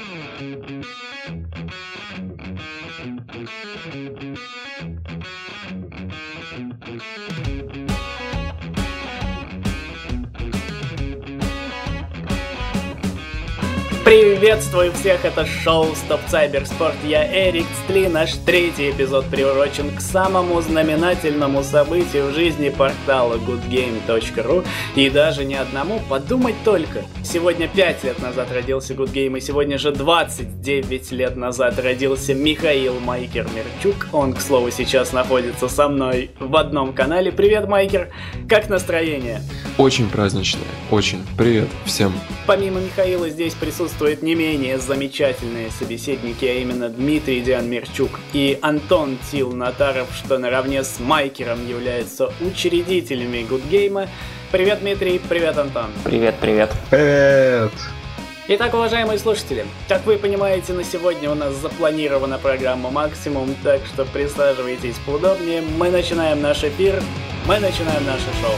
Приветствую всех, это шоу Стоп Cybersport, я Эрик Стли, наш третий эпизод приурочен к самому знаменательному событию в жизни портала goodgame.ru и даже не одному, подумать только. Сегодня 5 лет назад родился Good Game, и сегодня же 29 лет назад родился Михаил Майкер Мерчук. Он, к слову, сейчас находится со мной в одном канале. Привет, Майкер, как настроение? Очень праздничное, очень. Привет всем. Помимо Михаила здесь присутствуют не менее замечательные собеседники, а именно Дмитрий Диан Мерчук и Антон Тил Натаров, что наравне с Майкером являются учредителями Good Game. Привет, Дмитрий, привет, Антон. Привет, привет. Привет. Итак, уважаемые слушатели, как вы понимаете, на сегодня у нас запланирована программа «Максимум», так что присаживайтесь поудобнее. Мы начинаем наш эфир, мы начинаем наше шоу.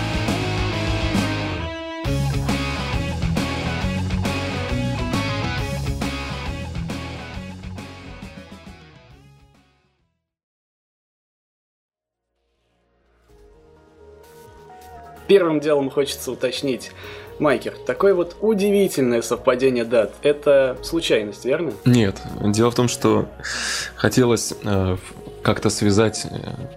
Первым делом хочется уточнить, Майкер, такое вот удивительное совпадение дат, это случайность, верно? Нет, дело в том, что хотелось как-то связать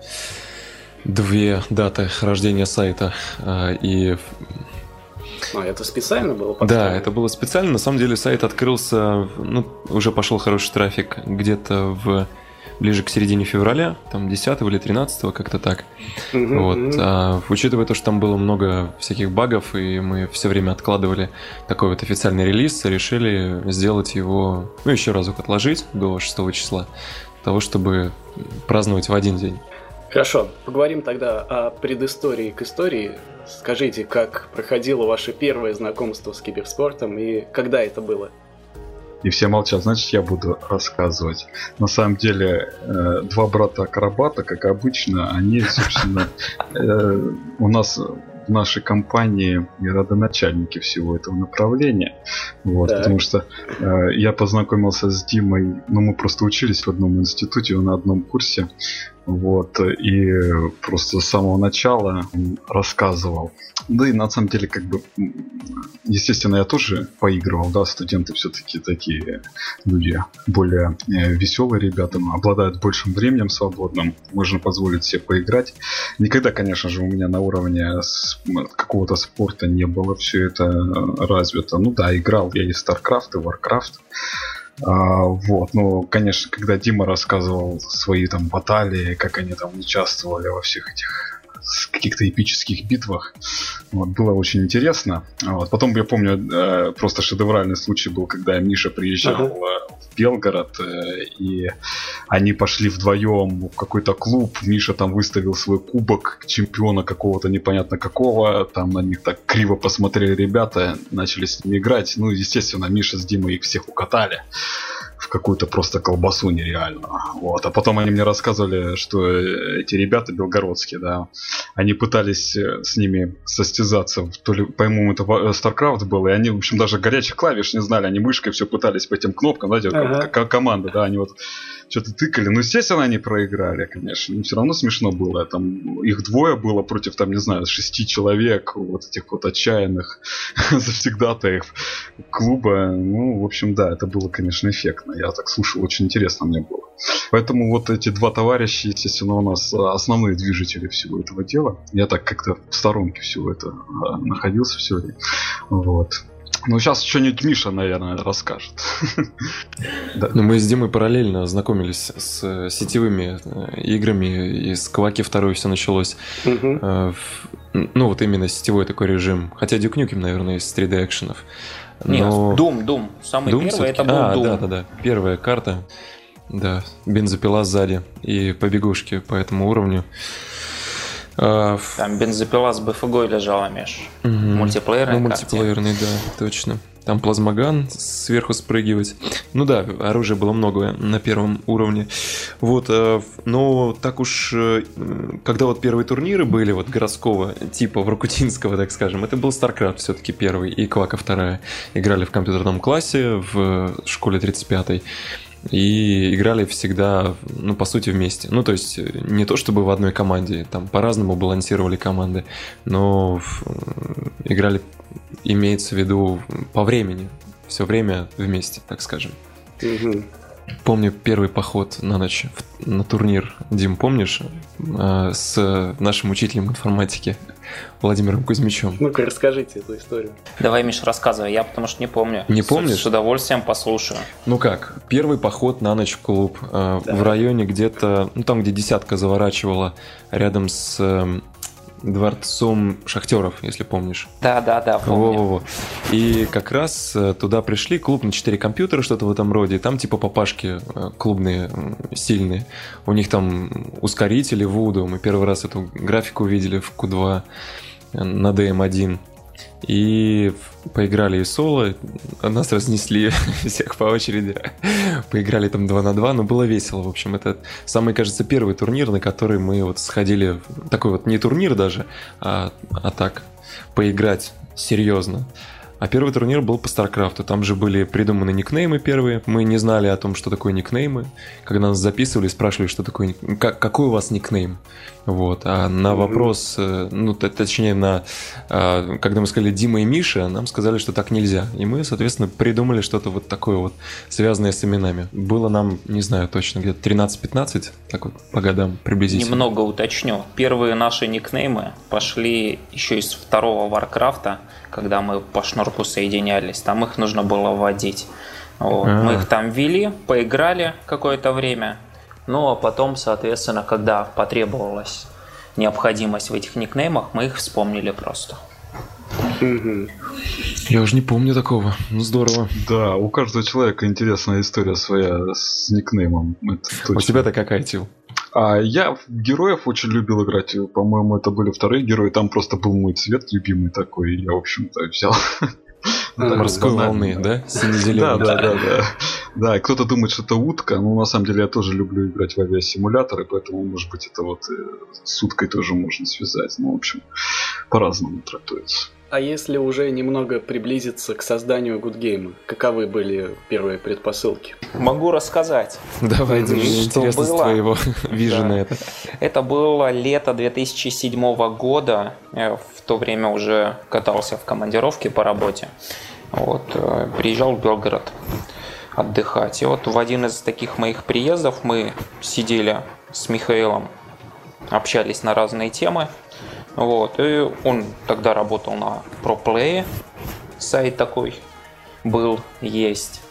две даты рождения сайта и... это специально было? Да, это было специально. На самом деле сайт открылся, уже пошел хороший трафик где-то ближе к середине февраля, там 10 или 13, как-то так. Учитывая то, что там было много всяких багов, и мы все время откладывали такой вот официальный релиз, решили сделать его, еще разок отложить до 6 числа, для того, чтобы праздновать в один день. Хорошо, поговорим тогда о предыстории к истории. Скажите, как проходило ваше первое знакомство с киберспортом и когда это было? И все молчат, значит, я буду рассказывать. На самом деле, два брата-акробата, как обычно, они, собственно, у нас в нашей компании родоначальники всего этого направления. Потому что я познакомился с Димой, мы просто учились в одном институте, на одном курсе. И просто с самого начала он рассказывал. Да и на самом деле, естественно, я тоже поигрывал, да, студенты все-таки такие люди более веселые ребята, обладают большим временем свободным, можно позволить себе поиграть. Никогда, конечно же, у меня на уровне какого-то спорта не было все это развито. Играл я и в StarCraft, и в Warcraft. Конечно, когда Дима рассказывал свои там баталии, как они там участвовали во всех этих каких-то эпических битвах, было очень интересно. Потом, я помню, просто шедевральный случай был, когда Миша приезжал в Белгород, и они пошли вдвоем в какой-то клуб. Миша там выставил свой кубок чемпиона какого-то непонятно какого, там на них так криво посмотрели ребята, начали с ними играть. Естественно, Миша с Димой их всех укатали в какую-то просто колбасу нереальную. А потом они мне рассказывали, что эти ребята белгородские, да, они пытались с ними состязаться, то ли, по-моему, это StarCraft был, и они, в общем, даже горячих клавиш не знали, они мышкой все пытались по этим кнопкам, знаете, как команда, да, они что-то тыкали. Естественно, они проиграли, конечно, но все равно смешно было. Там их двое было против, 6 человек, этих отчаянных завсегдатаев клуба. В общем, да, это было, конечно, эффектно. Я так слушал, очень интересно мне было. Поэтому эти два товарища, естественно, у нас основные движители всего этого дела. Я так как-то в сторонке всего это находился все время. Сейчас что-нибудь Миша, наверное, расскажет. Мы с Димой параллельно знакомились с сетевыми играми, и с Кваки 2 все началось. Именно сетевой такой режим. Хотя Duke Nukem, наверное, из 3D экшенов. Нет, Doom. Самый первый все-таки? это был Doom. Да. Первая карта. Да, бензопила сзади и побегушки по этому уровню. Там бензопила с БФГой лежала, Миш. Мультиплеерной карте. Мультиплеерный, да, точно. Там плазмоган сверху спрыгивать. Оружия было много на первом уровне. Вот, но так уж, когда вот первые турниры были, вот городского типа, воркутинского, так скажем, это был StarCraft все-таки первый и Квака вторая. Играли в компьютерном классе в школе 35-й. И играли всегда, ну, по сути, вместе. Ну, то есть, не то чтобы в одной команде, там по-разному балансировали команды, но играли, имеется в виду, по времени. Все время вместе, так скажем. Помню первый поход на ночь на турнир, Дим, помнишь? С нашим учителем информатики Владимиром Кузьмичем. Ну-ка, расскажите эту историю. Давай, Миш, рассказывай, я потому что не помню. Не помнишь? С удовольствием послушаю. Ну как, первый поход на ночь в клуб в районе где-то, ну там, где десятка заворачивала, рядом с дворцом шахтеров, если помнишь. Да, помню. Во-во-во. И как раз туда пришли, клуб на 4 компьютера, что-то в этом роде. Там типа папашки клубные, сильные. У них там ускорители Voodoo. Мы первый раз эту графику увидели в Q2 на DM1. И поиграли и соло, нас разнесли всех по очереди, поиграли там 2 на 2, но было весело, в общем, это самый, кажется, первый турнир, на который мы вот сходили, такой вот не турнир даже, а так, поиграть серьезно. А первый турнир был по StarCraft, там же были придуманы никнеймы первые, мы не знали о том, что такое никнеймы, когда нас записывали, спрашивали, что такое, какой у вас никнейм, вот, а на вопрос, ну, точнее, когда мы сказали Дима и Миша, нам сказали, что так нельзя, и мы, соответственно, придумали что-то вот такое вот, связанное с именами. Было нам, не знаю точно, где-то 13-15, так вот, по годам приблизительно. Немного уточню, первые наши никнеймы пошли еще из второго Варкрафта, когда мы по шнурку соединялись, там их нужно было вводить. Вот. Мы их там ввели, поиграли какое-то время, ну а потом, соответственно, когда потребовалась необходимость в этих никнеймах, мы их вспомнили просто. Я уже не помню такого, ну здорово. Да, у каждого человека интересная история своя с никнеймом. У тебя-то какая, Тил? Я в героев очень любил играть. По-моему, это были вторые герои. Там просто был мой цвет любимый такой. Я, в общем-то, взял. Морской волны, да? Сине-зеленый. Да, кто-то думает, что это утка. Но на самом деле я тоже люблю играть в авиасимуляторы. Поэтому, может быть, это вот с уткой тоже можно связать. Ну, в общем, по-разному трактуется. А если уже немного приблизиться к созданию Good Game, каковы были первые предпосылки? Могу рассказать. Давай, мне интересно с твоего вижена это. Это было лето 2007 года. Я в то время уже катался в командировке по работе. Вот, приезжал в Белгород отдыхать. И вот в один из таких моих приездов мы сидели с Михаилом, общались на разные темы. Вот, и он тогда работал на ProPlay, сайт такой был, есть.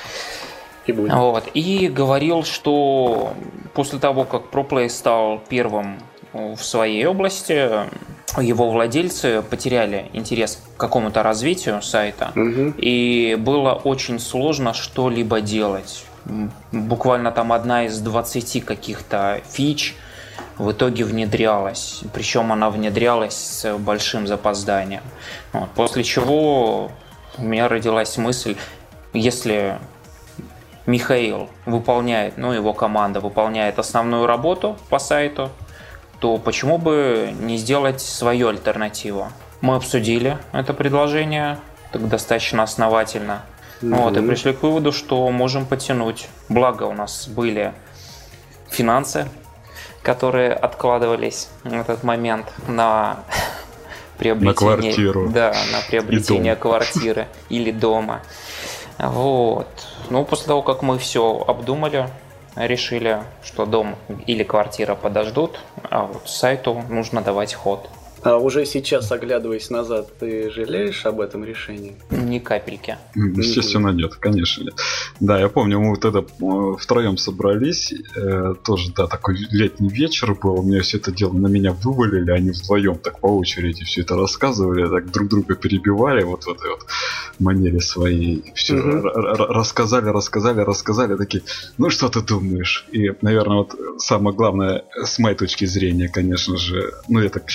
И говорил, что после того, как ProPlay стал первым в своей области, его владельцы потеряли интерес к какому-то развитию сайта, и было очень сложно что-либо делать. Буквально там одна из 20 каких-то фич в итоге внедрялась, причем она внедрялась с большим запозданием. Вот. После чего у меня родилась мысль, если Михаил выполняет, ну его команда выполняет основную работу по сайту, то почему бы не сделать свою альтернативу? Мы обсудили это предложение так достаточно основательно. Вот, и пришли к выводу, что можем потянуть. Благо у нас были финансы, которые откладывались в этот момент на приобретение, на квартиру. Да, на приобретение квартиры или дома. Вот. Ну, после того, как мы все обдумали, решили, что дом или квартира подождут, а вот сайту нужно давать ход. А уже сейчас, оглядываясь назад, ты жалеешь об этом решении? Ни капельки. Естественно, нет, конечно нет. Да, я помню, мы вот это втроем собрались, тоже, да, такой летний вечер был, у меня все это дело на меня вывалили, они вдвоем так по очереди все это рассказывали, так друг друга перебивали вот в этой вот манере своей. Все рассказали, такие, ну что ты думаешь? И, наверное, вот самое главное, с моей точки зрения, конечно же, ну я так сейчас не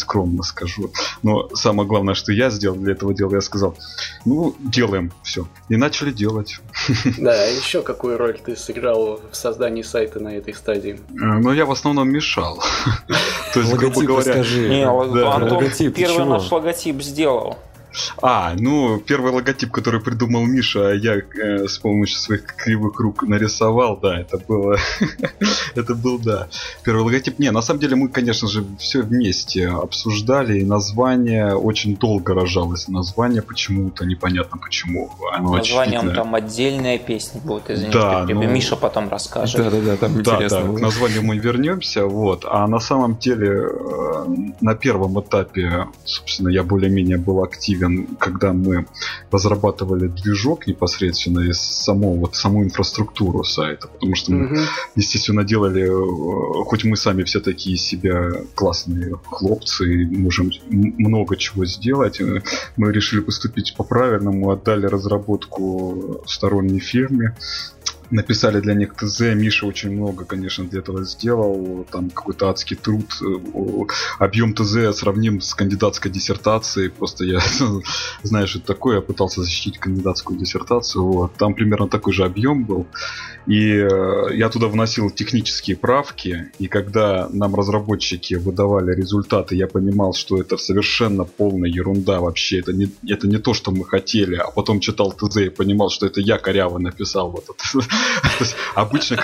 нескромно скажу. Но самое главное, что я сделал для этого дела, я сказал, ну, делаем все. И начали делать. Да, а еще какую роль ты сыграл в создании сайта на этой стадии? Ну, я в основном мешал. То есть, грубо говоря... Антон первый наш логотип сделал. Ну, первый логотип, который придумал Миша, а я с помощью своих кривых рук нарисовал, да, это было... это был, да, первый логотип. Не, на самом деле мы, конечно же, все вместе обсуждали, и название очень долго рожалось. Название почему-то, непонятно почему. Названием там отдельная песня будет, извините, да, Миша потом расскажет. Да, там интересно. Да, к названию мы вернемся, вот. А на самом деле, на первом этапе, собственно, я более-менее был активен, когда мы разрабатывали движок непосредственно и саму инфраструктуру сайта, потому что мы, естественно, делали, хоть мы сами все такие себя классные хлопцы и можем много чего сделать, мы решили поступить по-правильному, отдали разработку сторонней фирме, написали для них ТЗ. Миша очень много, конечно, для этого сделал. Там какой-то адский труд. Объем ТЗ сравним с кандидатской диссертацией. Просто я знаю, что это такое. Я пытался защитить кандидатскую диссертацию. Вот. Там примерно такой же объем был. И я туда вносил технические правки. И когда нам разработчики выдавали результаты, я понимал, что это совершенно полная ерунда вообще. Это не то, что мы хотели. А потом читал ТЗ и понимал, что это я коряво написал вот это. То есть обычно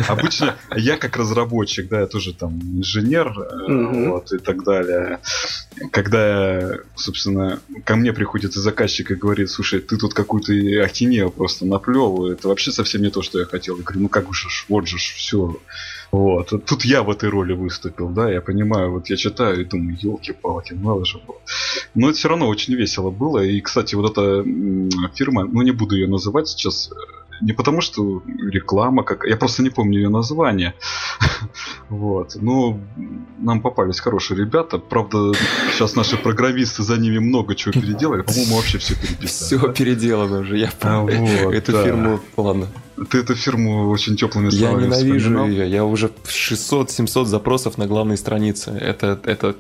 я как разработчик, да, я тоже там инженер, вот, и так далее. Когда, собственно, ко мне приходит заказчик и говорит: слушай, ты тут какую-то ахинею просто наплел, это вообще совсем не то, что я хотел. Я говорю, ну как же, вот же все. Вот. Тут я в этой роли выступил, да, я понимаю, вот я читаю и думаю, елки-палки, мало же было. Но это все равно очень весело было. И, кстати, вот эта фирма, ну не буду ее называть сейчас, не потому что реклама, я просто не помню ее название. Вот. Но нам попались хорошие ребята. Правда, сейчас наши программисты за ними много чего переделали. По-моему, вообще все переписали. Все переделано уже, я помню. Эту фирму, ладно. Ты эту фирму очень теплыми словами вспоминал. Я ненавижу ее. Я уже 600-700 запросов на главной странице. Это...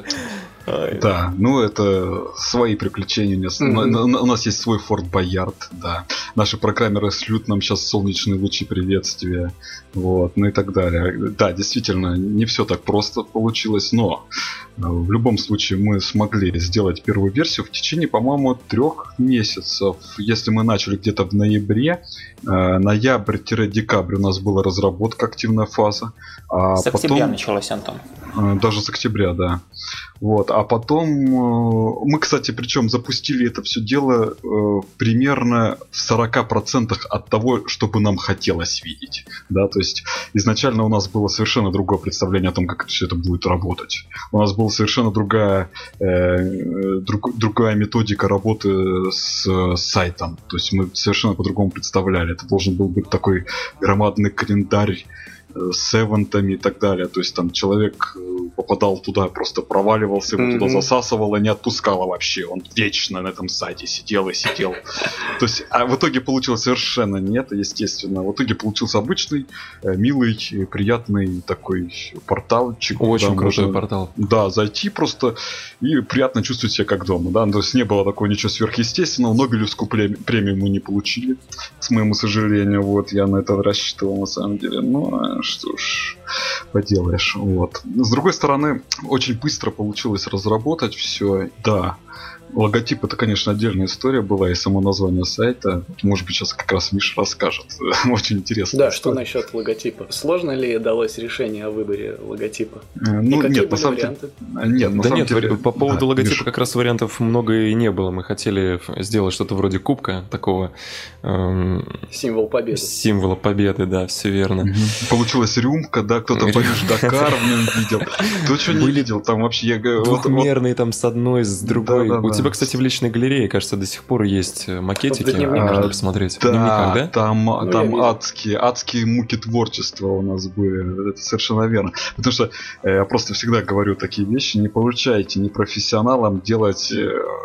Да, ну это свои приключения. У нас есть свой Форт Боярд, да. Наши программеры шлют нам сейчас солнечные лучи приветствия, вот, ну и так далее. Да, действительно, не все так просто получилось, но в любом случае мы смогли сделать первую версию в течение, по-моему, 3 месяцев. Если мы начали где-то в ноябре, ноябрь-декабрь у нас была разработка, активная фаза. С октября началась, Антон. Даже с октября, да. Вот. А потом мы, кстати, причем запустили это все дело примерно в 40% от того, что бы нам хотелось видеть. Да? То есть изначально у нас было совершенно другое представление о том, как все это будет работать. У нас была совершенно другая методика работы с сайтом. То есть мы совершенно по-другому представляли. Это должен был быть такой громадный календарь с эвентами и так далее. То есть там человек попадал туда, просто проваливался, его туда засасывало, не отпускало вообще. Он вечно на этом сайте сидел и сидел. То есть, а в итоге получилось совершенно не это, естественно. В итоге получился обычный, милый, приятный такой порталчик. Очень крутой портал. Да, зайти просто и приятно чувствовать себя как дома. Да? То есть не было такого ничего сверхъестественного. Нобелевскую премию мы не получили, к моему сожалению. Вот, я на это рассчитывал на самом деле. Но что ж поделаешь. Вот. С другой стороны, очень быстро получилось разработать все. Да, логотип — это, конечно, отдельная история была, и само название сайта. Может быть, сейчас как раз Миша расскажет. Очень интересно. Да, что насчет логотипа? Сложно ли далось решение о выборе логотипа? Ну, нет, на самом деле... Нет, по поводу логотипа как раз вариантов много и не было. Мы хотели сделать что-то вроде кубка, такого... Символ победы. Символа победы, да, все верно. Получилась рюмка, да, кто-то Париж-Дакар в нем видел. Кто что не видел, там вообще... Двухмерные там с одной, с другой. У тебя, кстати, в личной галерее, кажется, до сих пор есть макетики, можно посмотреть. Да, там адские муки творчества у нас были, это совершенно верно. Потому что я просто всегда говорю такие вещи: не получайте непрофессионалам делать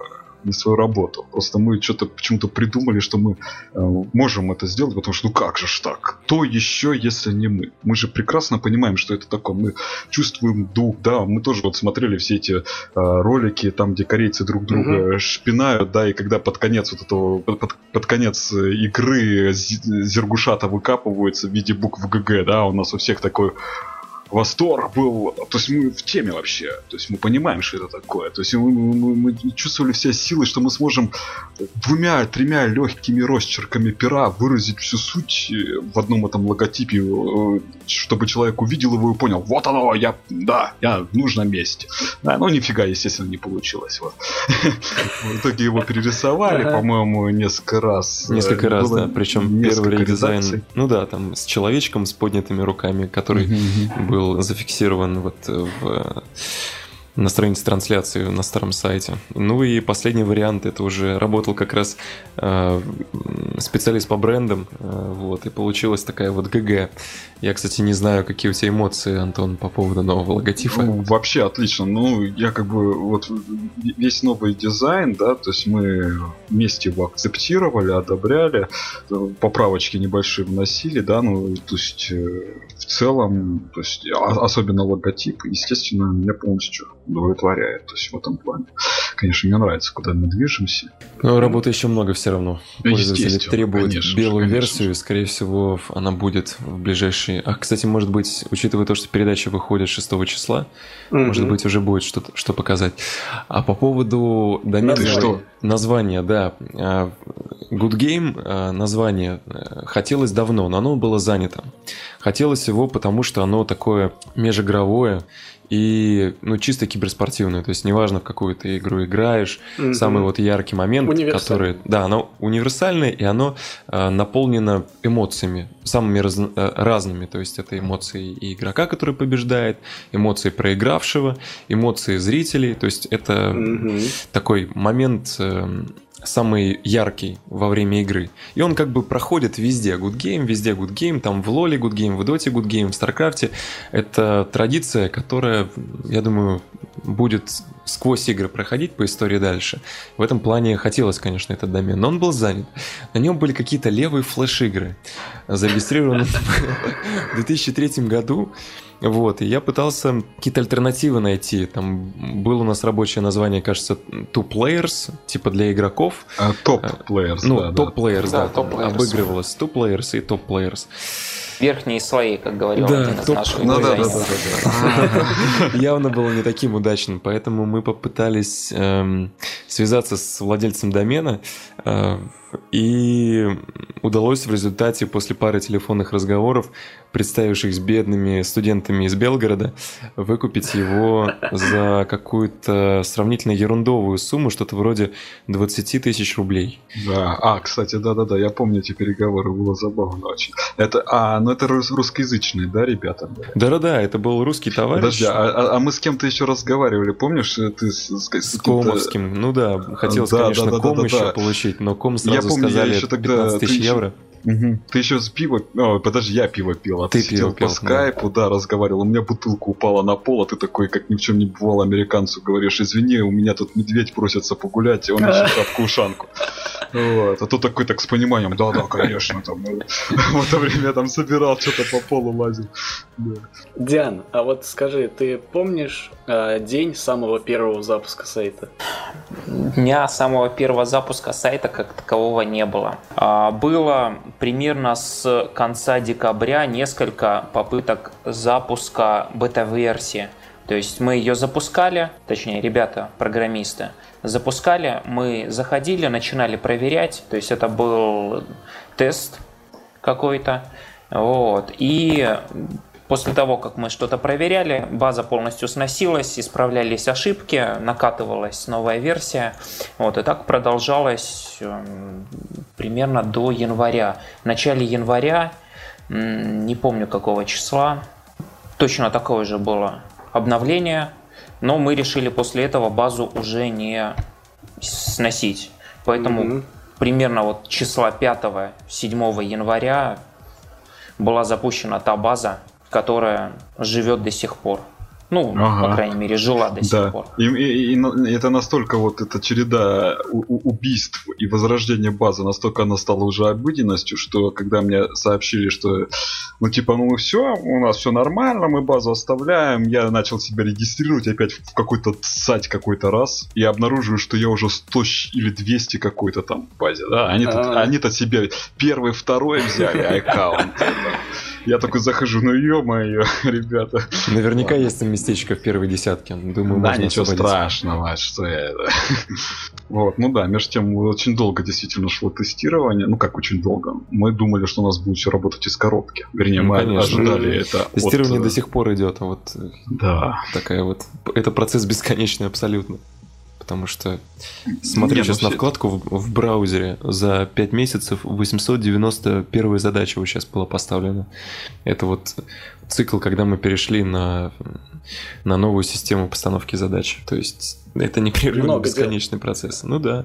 не свою работу. Просто мы что-то почему-то придумали, что мы можем это сделать, потому что ну как же ж так? Кто еще, если не мы? Мы же прекрасно понимаем, что это такое. Мы чувствуем дух, да, мы тоже вот смотрели все эти ролики, там, где корейцы друг друга шпинают, да, и когда под конец вот этого, под конец игры Зергушата выкапываются в виде букв ГГ, да, у нас у всех такой восторг был, то есть мы в теме вообще, то есть мы понимаем, что это такое, то есть мы чувствовали все силы, что мы сможем 2-3 легкими росчерками пера выразить всю суть в одном этом логотипе, чтобы человек увидел его и понял, вот оно, я в нужном месте. Да, но нифига, естественно, не получилось. Вот. В итоге его перерисовали, по-моему, несколько раз. Несколько раз, да, причем первый редизайн, ну да, там с человечком с поднятыми руками, который был зафиксирован вот на странице трансляции на старом сайте. Ну и последний вариант, это уже работал как раз специалист по брендам, вот, и получилась такая вот ГГ. Я, кстати, не знаю, какие у тебя эмоции, Антон, по поводу нового логотипа. Ну, вообще отлично. Ну, я как бы вот весь новый дизайн, да, то есть мы вместе его акцептировали, одобряли, поправочки небольшие вносили, да, ну, то есть в целом, то есть особенно логотип, естественно, меня полностью удовлетворяет, то есть в этом плане. Конечно, мне нравится, куда мы движемся. Но работы еще много все равно. Пользователи требуют белую версию, скорее всего, она будет в ближайшие... кстати, может быть, учитывая то, что передача выходит 6 числа, может быть, уже будет что показать. А по поводу названия, да. Good Game название хотелось давно, но оно было занято. Хотелось его, потому что оно такое межигровое и, ну, чисто киберспортивное. То есть неважно, в какую ты игру играешь, самый вот яркий момент, который... Да, оно универсальное, и оно наполнено эмоциями, самыми разными. То есть это эмоции и игрока, который побеждает, эмоции проигравшего, эмоции зрителей. То есть это такой момент... самый яркий во время игры. И он как бы проходит везде. Good Game, везде Good Game. Там в Лоле Good Game, в Доте Good Game, в Старкрафте. Это традиция, которая, я думаю, будет сквозь игры проходить по истории дальше. В этом плане хотелось, конечно, этот домен. Но он был занят. На нем были какие-то левые флеш-игры. Зарегистрированы в 2003 году. Вот, и я пытался какие-то альтернативы найти. Там было у нас рабочее название, кажется, Two Players, типа для игроков. Top Players, ну, Top Players, да, обыгрывалось Two Players и Top Players. Верхние слои, как говорил один из наших дизайнеров. Явно было не таким удачным, поэтому мы попытались связаться с владельцем домена, и удалось в результате, после пары телефонных разговоров, представивших с бедными студентами из Белгорода, выкупить его за какую-то сравнительно ерундовую сумму, что-то вроде 20 тысяч рублей. Да, кстати, да, я помню эти переговоры, было забавно очень. Это русскоязычные, да, ребята? Да, это был русский товарищ. Подожди, а мы с кем-то еще разговаривали, помнишь? Ты с Комовским, ну да, хотелось, конечно, Ком еще получить, но Ком сразу сказали 15 тысяч евро. Ты еще с пива... подожди, я пиво пил. А ты сидел по скайпу, да, разговаривал. У меня бутылка упала на пол, а ты такой, как ни в чем не бывало, американцу говоришь: извини, у меня тут медведь просится погулять, и он ищет шапку-ушанку. Вот. А то такой так с пониманием: да, конечно, там в это время там собирал, что-то по полу лазил. Да. Диан, а вот скажи, ты помнишь день самого первого запуска сайта? Дня самого первого запуска сайта как такового не было. Было примерно с конца декабря несколько попыток запуска бета-версии. То есть мы ее запускали, точнее, ребята, программисты, запускали, мы заходили, начинали проверять, то есть это был тест какой-то, вот, и после того, как мы что-то проверяли, база полностью сносилась, исправлялись ошибки, накатывалась новая версия. Вот, и так продолжалось примерно до января. В начале января, не помню какого числа, точно такое же было обновление, но мы решили после этого базу уже не сносить. Поэтому примерно вот числа 5-7 января была запущена та база, которая живет до сих пор. Ну, по крайней мере, жила до сих пор. И это настолько вот эта череда убийств и возрождения базы, настолько она стала уже обыденностью, что когда мне сообщили, что ну все, у нас все нормально, мы базу оставляем, я начал себя регистрировать опять в какой-то сайт какой-то раз, и обнаруживаю, что я уже 100 или 200 какой-то там в базе, да, они-то себе первый, второй взяли аккаунт. Я такой захожу, ну ё-моё, ребята. Наверняка есть там местечко в первой десятке. Думаю, да, можно ничего освободить. страшного, что это. Вот, ну да, между тем очень долго действительно шло тестирование. Ну как очень долго. Мы думали, что у нас будет все работать из коробки. Вернее, мы ожидали это. Тестирование до сих пор идет. Вот да. Такая вот. Это процесс бесконечный абсолютно. Потому что смотри сейчас на вкладку в браузере за 5 месяцев 891 задача вот сейчас была поставлена. Это вот цикл, когда мы перешли на новую систему постановки задач. То есть это непрерывный бесконечный процесс. Ну да.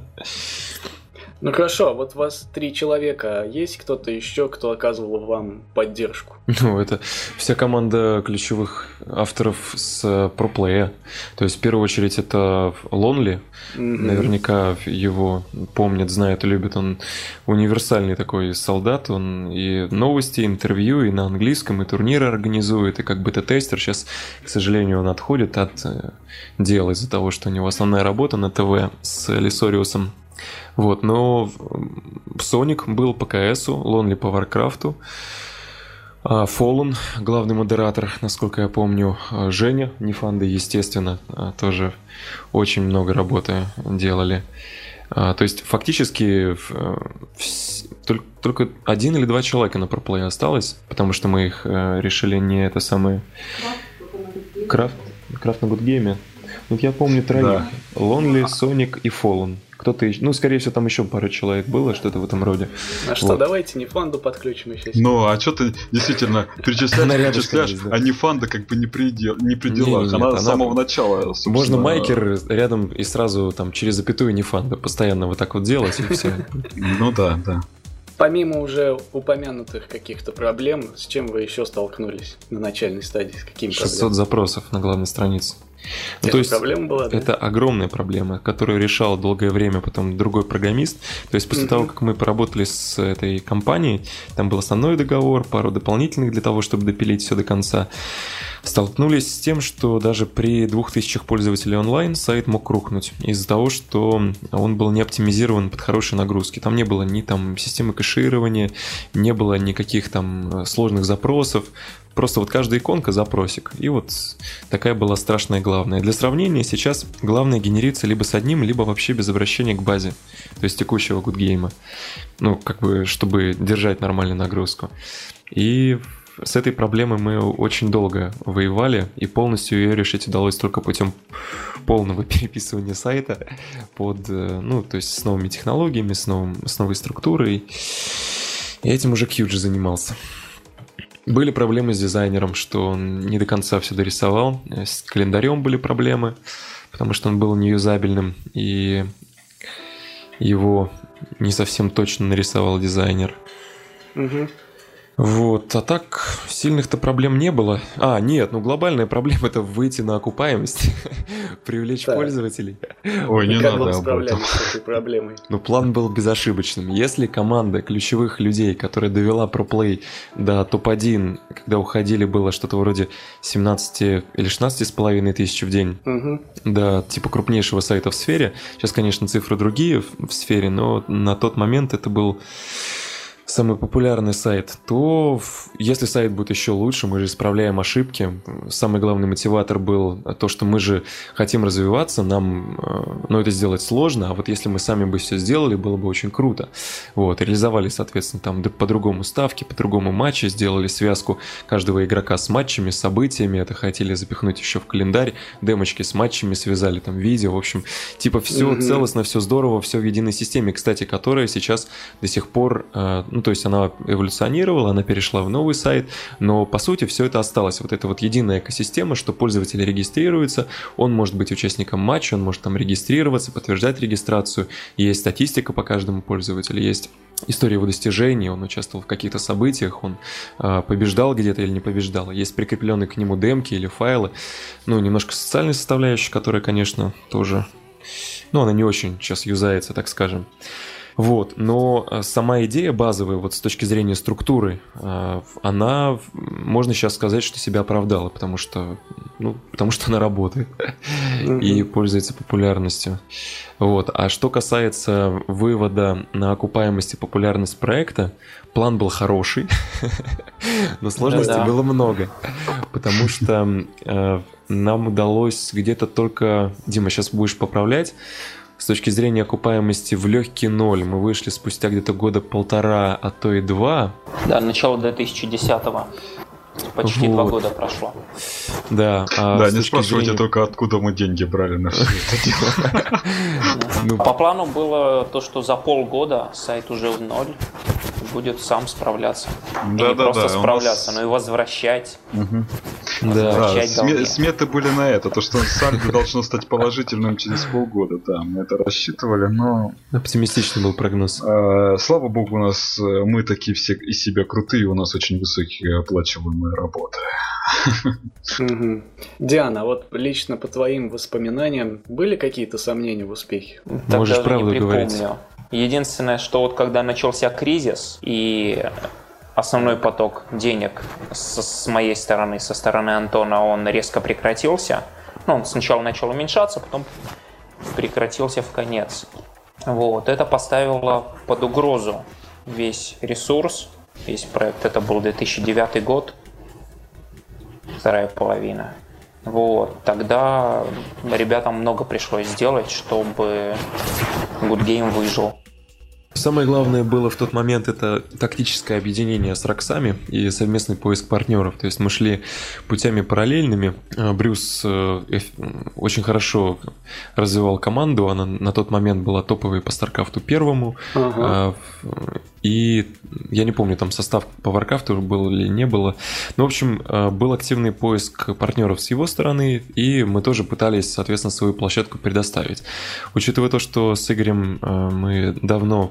Ну хорошо, вот у вас 3 человека, есть кто-то еще, кто оказывал вам поддержку? Ну, это вся команда ключевых авторов с ProPlay. То есть, в первую очередь, это Lonely. Наверняка его помнят, знают и любят. Он универсальный такой солдат. Он и новости, и интервью, и на английском, и турниры организует, и как бета-тестер. Сейчас, к сожалению, он отходит от дела из-за того, что у него основная работа на ТВ с Лисориусом. Вот, но Соник был по КСу, Lonely по Варкрафту, Fallen, главный модератор, насколько я помню, Женя, Нефанды, естественно, тоже очень много работы делали. То есть фактически только 1 или 2 человека на ProPlay осталось, потому что мы их решили не это самое... Крафт на Good Game. Вот я помню 3. Да. Lonely, Sonic и Fallen. Кто-то еще... Ну, скорее всего, там еще пару человек было, что-то в этом роде. А что, вот. Давайте Нефанду подключим еще. Ну, а что ты действительно перечисляешь, а Нефанда как бы не при делах. Она с самого начала, собственно... Можно майкер рядом и сразу там через запятую Нефанда постоянно вот так вот делать, и все. Ну да. Помимо уже упомянутых каких-то проблем, с чем вы еще столкнулись на начальной стадии? С какими 600 запросов на главной странице. Ну, то есть проблема была, да? Это огромная проблема, которую решал долгое время потом другой программист. То есть после того, как мы поработали с этой компанией, там был основной договор, пару дополнительных для того, чтобы допилить все до конца, столкнулись с тем, что даже при 2000 пользователей онлайн сайт мог рухнуть из-за того, что он был не оптимизирован под хорошие нагрузки. Там не было ни там системы кэширования, не было никаких там сложных запросов. Просто вот каждая иконка запросик. И вот такая была страшная главная. Для сравнения, сейчас главное генерится либо с одним, либо вообще без обращения к базе. То есть текущего гудгейма. Ну, как бы, чтобы держать нормальную нагрузку. И с этой проблемой мы очень долго воевали, и полностью ее решить удалось только путем полного переписывания сайта под, ну, то есть с новыми технологиями, с новой структурой. И этим уже Кьюджи занимался. Были проблемы с дизайнером, что он не до конца все дорисовал. С календарем были проблемы, потому что он был неюзабельным, и его не совсем точно нарисовал дизайнер. Вот, а так сильных-то проблем не было. Нет, глобальная проблема — это выйти на окупаемость, привлечь пользователей. Ой, не надо справляться с этой проблемой. План был безошибочным. Если команда ключевых людей, которая довела ProPlay до топ-1, когда уходили, было что-то вроде 17 или 16,5 тысяч в день, до типа крупнейшего сайта в сфере, сейчас, конечно, цифры другие в сфере, но на тот момент это был самый популярный сайт, то если сайт будет еще лучше, мы же исправляем ошибки. Самый главный мотиватор был то, что мы же хотим развиваться, нам это сделать сложно, а вот если мы сами бы все сделали, было бы очень круто. Вот, реализовали, соответственно, там по-другому ставки, по-другому матчи, сделали связку каждого игрока с матчами, с событиями, это хотели запихнуть еще в календарь, демочки с матчами, связали там видео, в общем, типа все целостно, все здорово, все в единой системе, кстати, которая сейчас до сих пор, ну, то есть она эволюционировала, она перешла в новый сайт, но по сути все это осталось. Вот это вот единая экосистема, что пользователь регистрируется, он может быть участником матча, он может там регистрироваться, подтверждать регистрацию, есть статистика по каждому пользователю, есть история его достижений, он участвовал в каких-то событиях, он побеждал где-то или не побеждал, есть прикрепленные к нему демки или файлы, ну, немножко социальной составляющей, которая, конечно, тоже, ну, она не очень сейчас юзается, так скажем. Вот, но сама идея базовая, вот с точки зрения структуры, она, можно сейчас сказать, что себя оправдала, потому что она работает и пользуется популярностью. Вот. А что касается вывода на окупаемость и популярность проекта, план был хороший, но сложностей было много, потому что нам удалось где-то только, Дима, сейчас будешь поправлять, с точки зрения окупаемости в легкий ноль мы вышли спустя где-то года 1,5, а то и 2. Да, начало 2010-го. Почти 2 года прошло. Да, не спрашивайте только, откуда мы деньги брали на все это дело. По плану было то, что за полгода сайт уже в ноль будет сам справляться. И не просто справляться, но и возвращать. Сметы были на это, то, что сальдо должно стать положительным через полгода. Да, мы это рассчитывали, но... Оптимистичный был прогноз. Слава богу, у нас мы такие все из себя крутые, у нас очень высокие оплачиваемые работы. Диана, вот лично по твоим воспоминаниям были какие-то сомнения в успехе? Можешь правду говорить. Единственное, что вот когда начался кризис и основной поток денег с моей стороны, со стороны Антона, он резко прекратился. Ну, он сначала начал уменьшаться, потом прекратился в конец. Вот. Это поставило под угрозу весь ресурс, весь проект. Это был 2009 год, вторая половина. Вот. Тогда ребятам много пришлось сделать, чтобы Good Game выжил. Самое главное было в тот момент это тактическое объединение с Роксами и совместный поиск партнеров. То есть мы шли путями параллельными. Брюс очень хорошо развивал команду. Она на тот момент была топовой по StarCraft 1. И я не помню, там состав по Warcraft был или не было. Но, в общем, был активный поиск партнеров с его стороны, и мы тоже пытались, соответственно, свою площадку предоставить. Учитывая то, что с Игорем мы давно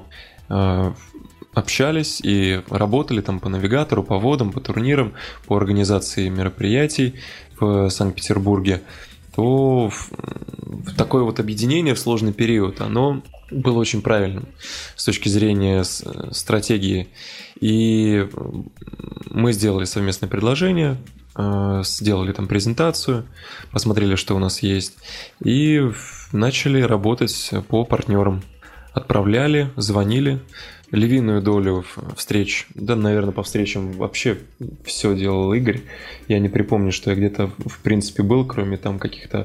общались и работали там по навигатору, по водам, по турнирам, по организации мероприятий в Санкт-Петербурге, то такое вот объединение в сложный период, оно было очень правильным с точки зрения стратегии. И мы сделали совместное предложение, сделали там презентацию, посмотрели, что у нас есть, и начали работать по партнерам. Отправляли, звонили. Львиную долю встреч, да, наверное, по встречам вообще все делал Игорь. Я не припомню, что я где-то, в принципе, был, кроме там каких-то...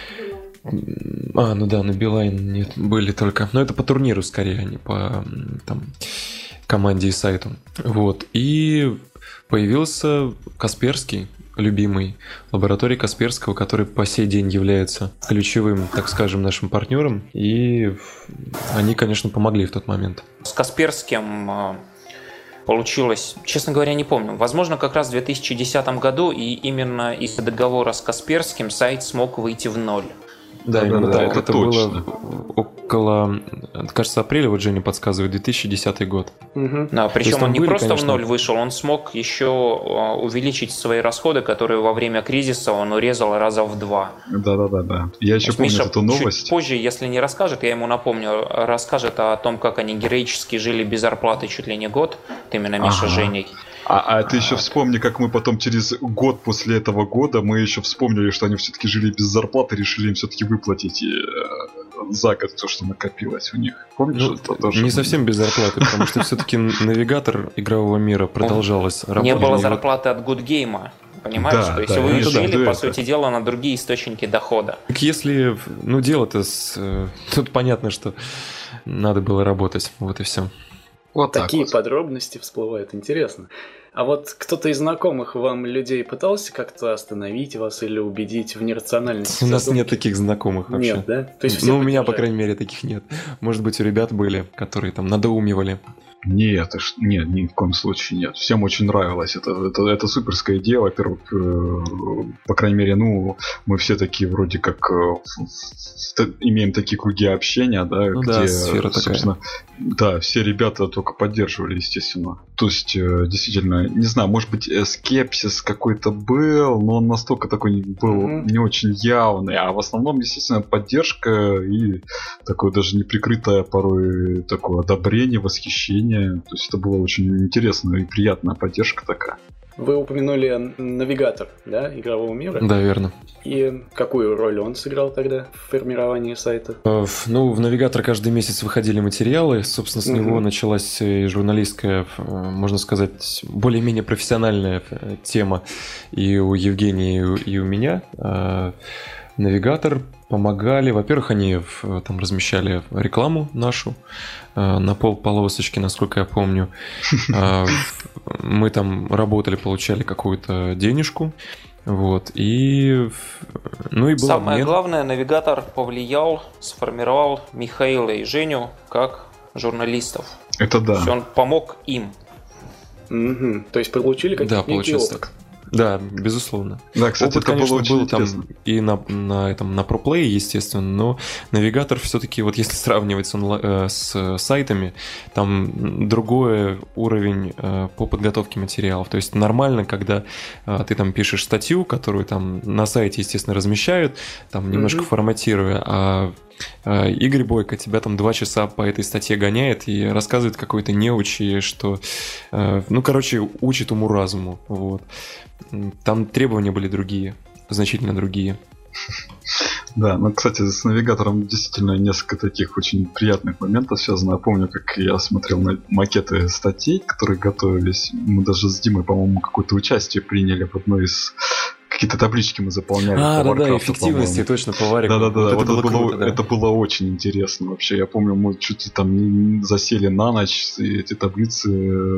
ну да, на Билайн нет, были только... Но это по турниру скорее, а не по там, команде и сайту. Вот. И появился Касперский, любимый, лаборатория Касперского, который по сей день является ключевым, так скажем, нашим партнером. И они, конечно, помогли в тот момент. С Касперским получилось, честно говоря, не помню. Возможно, как раз в 2010 году, и именно из-за договора с Касперским сайт смог выйти в ноль. Да, именно так. Это было около, кажется, апреля, вот Женя подсказывает, 2010 год. Да, причем он не были, просто конечно... в ноль вышел, он смог еще увеличить свои расходы, которые во время кризиса он урезал раза в 2. Да. Я еще помню эту новость. Чуть позже, если не расскажет, я ему напомню, расскажет о том, как они героически жили без зарплаты чуть ли не год. Вот именно Миша с Женей. А ты еще вспомни, как мы потом через год после этого года мы еще вспомнили, что они все-таки жили без зарплаты, решили им все-таки выплатить за год то, что накопилось у них. Помнишь? Ну, это тоже не совсем без зарплаты, потому что все-таки навигатор игрового мира продолжалась работа. Не было зарплаты от Good Game. Понимаешь? То есть вы жили, по сути дела, на другие источники дохода. Так если, дело-то тут понятно, что надо было работать, вот и все. Вот такие подробности всплывают, интересно. А вот кто-то из знакомых вам людей пытался как-то остановить вас или убедить в нерациональности? У нас нет таких знакомых вообще. Нет, да? То есть у меня, по крайней мере, таких нет. Может быть, у ребят были, которые там надоумевали. Нет, нет, ни в коем случае нет. Всем очень нравилось. Это суперская идея, во-первых, по крайней мере, мы все такие вроде как имеем такие круги общения, да, где, сфера собственно, такая. Да, все ребята только поддерживали, естественно. То есть, действительно, не знаю, может быть, скепсис какой-то был, но он настолько такой был не очень явный, а в основном, естественно, поддержка и такое даже неприкрытое порой такое одобрение, восхищение. То есть это было очень интересно и приятная поддержка такая. Вы упомянули навигатор, да, игрового мира? Да, верно. И какую роль он сыграл тогда в формировании сайта? В навигатор каждый месяц выходили материалы. Собственно, с него началась и журналистская, можно сказать, более-менее профессиональная тема и у Евгения, и у меня. Навигатор помогали. Во-первых, они там размещали рекламу нашу на полосочке, насколько я помню. Мы там работали, получали какую-то денежку. Вот. И был Самое обмен. Главное, навигатор повлиял, сформировал Михаила и Женю как журналистов. Это да. То есть он помог им. То есть получили какие-то некий опыт. Так. Да, безусловно. Да, кстати, опыт, это конечно, было очень был там интересно. и на ProPlay, естественно, но навигатор все-таки, вот если сравнивать с сайтами, там другой уровень по подготовке материалов. То есть нормально, когда ты там пишешь статью, которую там на сайте, естественно, размещают, там немножко форматируя, а Игорь Бойко тебя там 2 часа по этой статье гоняет и рассказывает какой-то неучи, что, учит уму-разуму. Вот. Там требования были другие, значительно другие. Да, кстати, с навигатором действительно несколько таких очень приятных моментов связано. Я помню, как я смотрел на макеты статей, которые готовились. Мы даже с Димой, по-моему, какое-то участие приняли в одной из... Какие-то таблички мы заполняли. Да, эффективности, точно, по Варрику. Да. Это было очень интересно вообще. Я помню, мы чуть ли там засели на ночь, и эти таблицы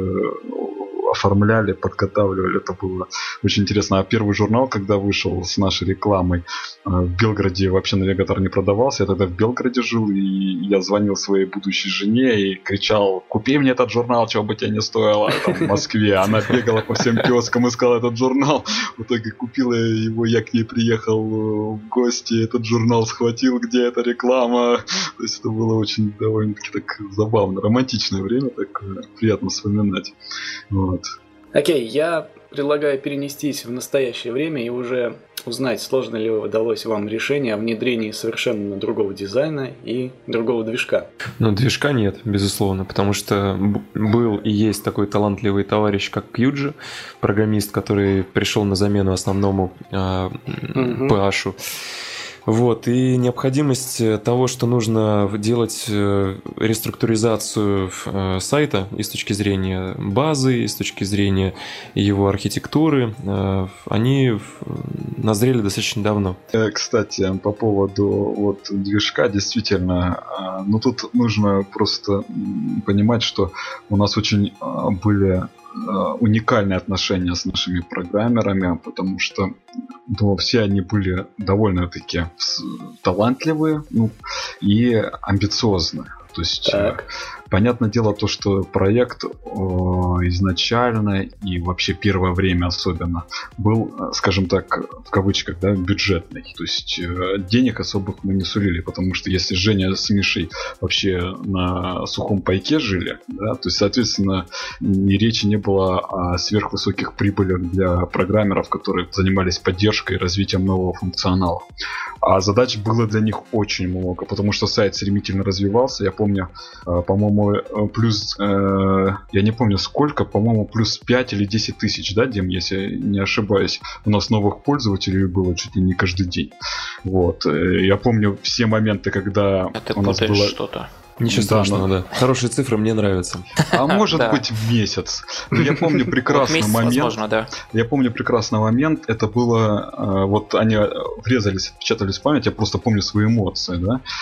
оформляли, подготавливали. Это было очень интересно. А первый журнал, когда вышел с нашей рекламой, в Белгороде вообще навигатор не продавался. Я тогда в Белгороде жил, и я звонил своей будущей жене и кричал: купи мне этот журнал, чего бы тебе не стоило, там, в Москве. Она бегала по всем киоскам, искала этот журнал. В итоге купила его, я к ней приехал в гости, этот журнал схватил, где эта реклама. То есть это было очень довольно-таки так забавно, романтичное время, так приятно вспоминать. Вот. Окей, я предлагаю перенестись в настоящее время и уже узнать, сложно ли удалось вам решение о внедрении совершенно другого дизайна и другого движка. Движка нет, безусловно, потому что был и есть такой талантливый товарищ, как Кьюджи, программист, который пришел на замену основному PH-у. Вот, и необходимость того, что нужно делать реструктуризацию сайта и с точки зрения базы, и с точки зрения его архитектуры, они назрели достаточно давно. Кстати, по поводу движка, действительно, тут нужно просто понимать, что у нас очень были уникальные отношения с нашими программерами, потому что все они были довольно-таки талантливые и амбициозные. То есть, понятное дело, то, что проект изначально и вообще первое время особенно был, скажем так, в кавычках, бюджетный. То есть денег особых мы не сулили, потому что если Женя с Мишей вообще на сухом пайке жили, то есть, соответственно, ни речи не было о сверхвысоких прибылях для программеров, которые занимались поддержкой и развитием нового функционала. А задач было для них очень много, потому что сайт стремительно развивался. Я помню, по-моему, плюс, я не помню сколько, по-моему, плюс 5 или 10 тысяч, Дим, если не ошибаюсь, у нас новых пользователей было чуть ли не каждый день. Вот. Я помню все моменты, когда у нас было... что-то. Ничего страшного, да. Хорошие цифры мне нравятся. А может быть в месяц. Но я помню прекрасный момент. Возможно, да. Я помню прекрасный момент. Это было... они врезались, отпечатались в память. Я просто помню свои эмоции.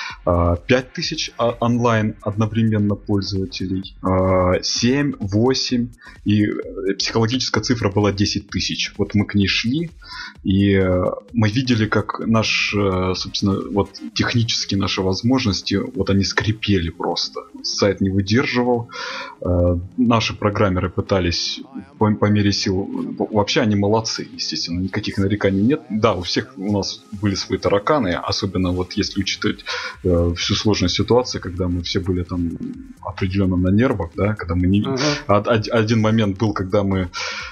5000 онлайн одновременно пользователей. 7, 8. И психологическая цифра была 10 тысяч. Вот мы к ней шли. И мы видели, как собственно, технически наши возможности, они скрипели. горели просто. Сайт не выдерживал. Наши программеры пытались по мере сил... Вообще они молодцы, естественно, никаких нареканий нет. Да, у всех у нас были свои тараканы, особенно вот если учитывать всю сложность ситуации, когда мы все были там определенно на нервах, да, когда мы не... Один момент был, когда мы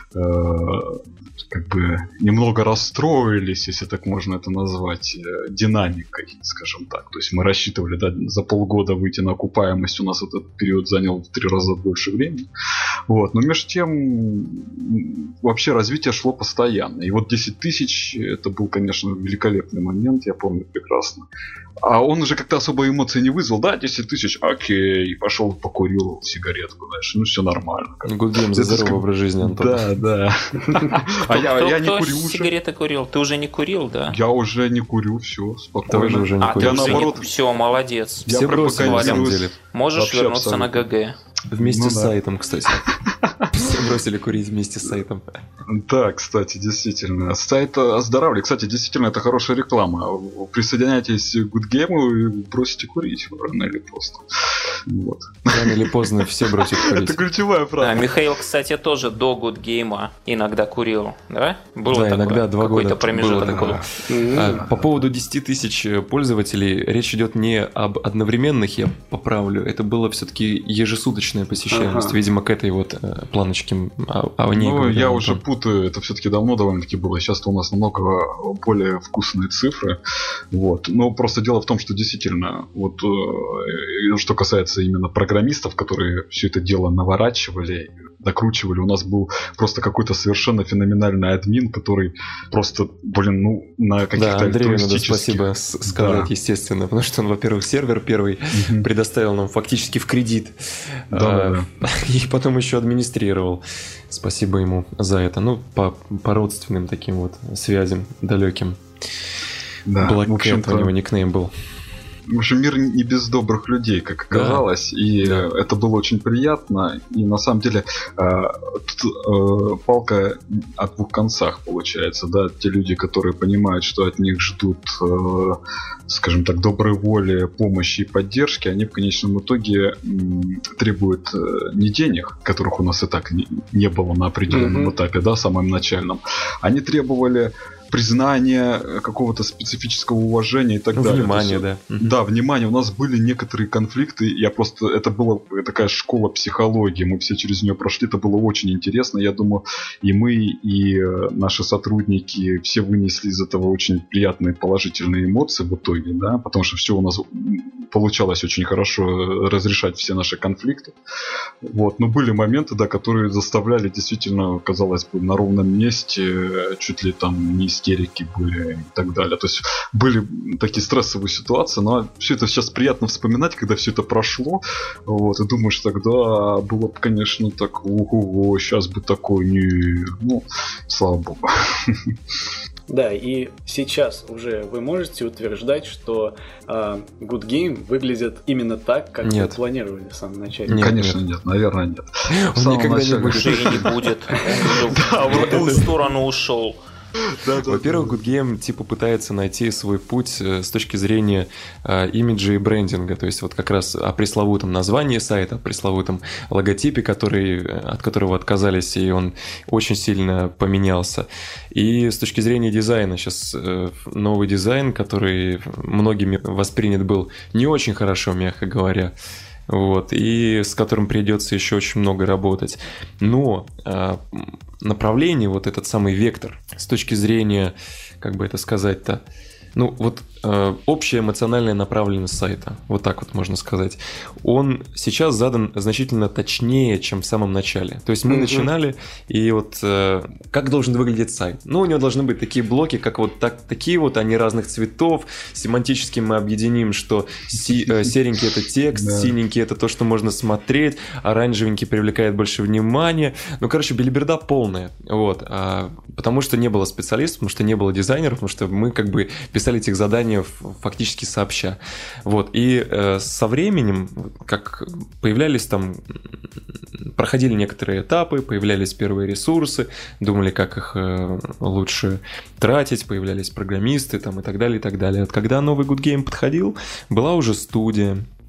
как бы немного расстроились, если так можно это назвать, динамикой, скажем так. То есть мы рассчитывали, да, за полгода выйти на окупаемость, у нас этот период занял в 3 раза больше времени. Вот. Но между тем вообще развитие шло постоянно. И вот 10 тысяч это был, конечно, великолепный момент, я помню прекрасно. А он уже как-то особо эмоций не вызвал. Да, 10 тысяч, окей, пошел покурил сигаретку дальше. Ну, все нормально. Good Game за здоровый образ жизни, Антон. Да. А я не курю уже. Сигареты курил? Ты уже не курил, да? Я уже не курю, все, спокойно. Тоже уже не курю. Ты наоборот... Все, молодец. Все бросили, на самом деле. Можешь вернуться на ГГ. Вместе с сайтом, кстати. Все бросили курить вместе с сайтом. Да, кстати, действительно. Сайт оздоравливает. Кстати, действительно, это хорошая реклама. Присоединяйтесь к Good Game и бросите курить рано или поздно. Вот. Рано или поздно все бросят курить. Это ключевая фраза. Да, Михаил, кстати, тоже до Good Game иногда курил, да? Было да, такое? Иногда 2 года. Какой-то промежуток был. По поводу 10 тысяч пользователей речь идет не об одновременных, я поправлю. Это было все-таки ежесуточная посещаемость. Видимо, к этой вот планочке о ней говорили. Я уже путаю, это все-таки давно довольно-таки было. Сейчас-то у нас намного более вкусные цифры. Вот. Но просто дело в том, что действительно, вот что касается именно программистов, которые все это дело наворачивали, докручивали, у нас был просто какой-то совершенно феноменальный админ, который просто, на каких-то Андрею надо спасибо сказать, естественно, потому что он, во-первых, сервер первый предоставил нам фактически в кредит, и потом еще администрировал. Спасибо ему за это. Ну, по родственным таким вот связям далеким. Black Cat у него никнейм был. В общем, мир не без добрых людей, как оказалось, и это было очень приятно. И на самом деле тут палка о 2 концах получается, да, те люди, которые понимают, что от них ждут, скажем так, доброй воли, помощи и поддержки, они в конечном итоге требуют не денег, которых у нас и так не было на определенном этапе, да, самом начальном. Они требовали признание какого-то специфического уважения и так далее. Внимание, да. Да, внимание. У нас были некоторые конфликты. Это была такая школа психологии. Мы все через нее прошли. Это было очень интересно. Я думаю, и мы, и наши сотрудники все вынесли из этого очень приятные положительные эмоции в итоге, да, потому что все у нас получалось очень хорошо разрешать все наши конфликты. Вот. Но были моменты, да, которые заставляли действительно, казалось бы, на ровном месте, чуть ли там не истерики были и так далее. То есть были такие стрессовые ситуации, но все это сейчас приятно вспоминать, когда все это прошло. Вот, и думаешь, тогда было бы, конечно, так, ого, сейчас бы такой не... Ну, слава богу. Да, и сейчас уже вы можете утверждать, что Good Game выглядит именно так, как вы планировали в самом начале. Нет, конечно, нет, наверное, нет. Он никогда не будет. Уже не будет. Он в другую сторону ушел. Во-первых, Good Game типа пытается найти свой путь с точки зрения имиджа и брендинга, то есть вот как раз о пресловутом названии сайта, о пресловутом логотипе, от которого отказались, и он очень сильно поменялся. И с точки зрения дизайна, сейчас новый дизайн, который многими воспринят был не очень хорошо, мягко говоря. Вот, и с которым придется еще очень много работать. Но направление, вот этот самый вектор, с точки зрения, как бы это сказать-то, ну вот общая эмоциональная направленность сайта, вот так вот можно сказать, он сейчас задан значительно точнее, чем в самом начале. То есть мы начинали, и вот как должен выглядеть сайт? Ну, у него должны быть такие блоки, как вот такие вот, они разных цветов. Семантически мы объединим, что серенький это текст, синенький это то, что можно смотреть, оранжевенький привлекает больше внимания. Ну, короче, белиберда полная. Вот. Потому что не было специалистов, потому что не было дизайнеров, потому что мы как бы писали этих заданий фактически сообща. Вот. И со временем, как появлялись там, проходили некоторые этапы, появлялись первые ресурсы, думали, как их лучше тратить, появлялись программисты там, и так далее, и так далее. Вот когда новый Good Game подходил, была уже студия,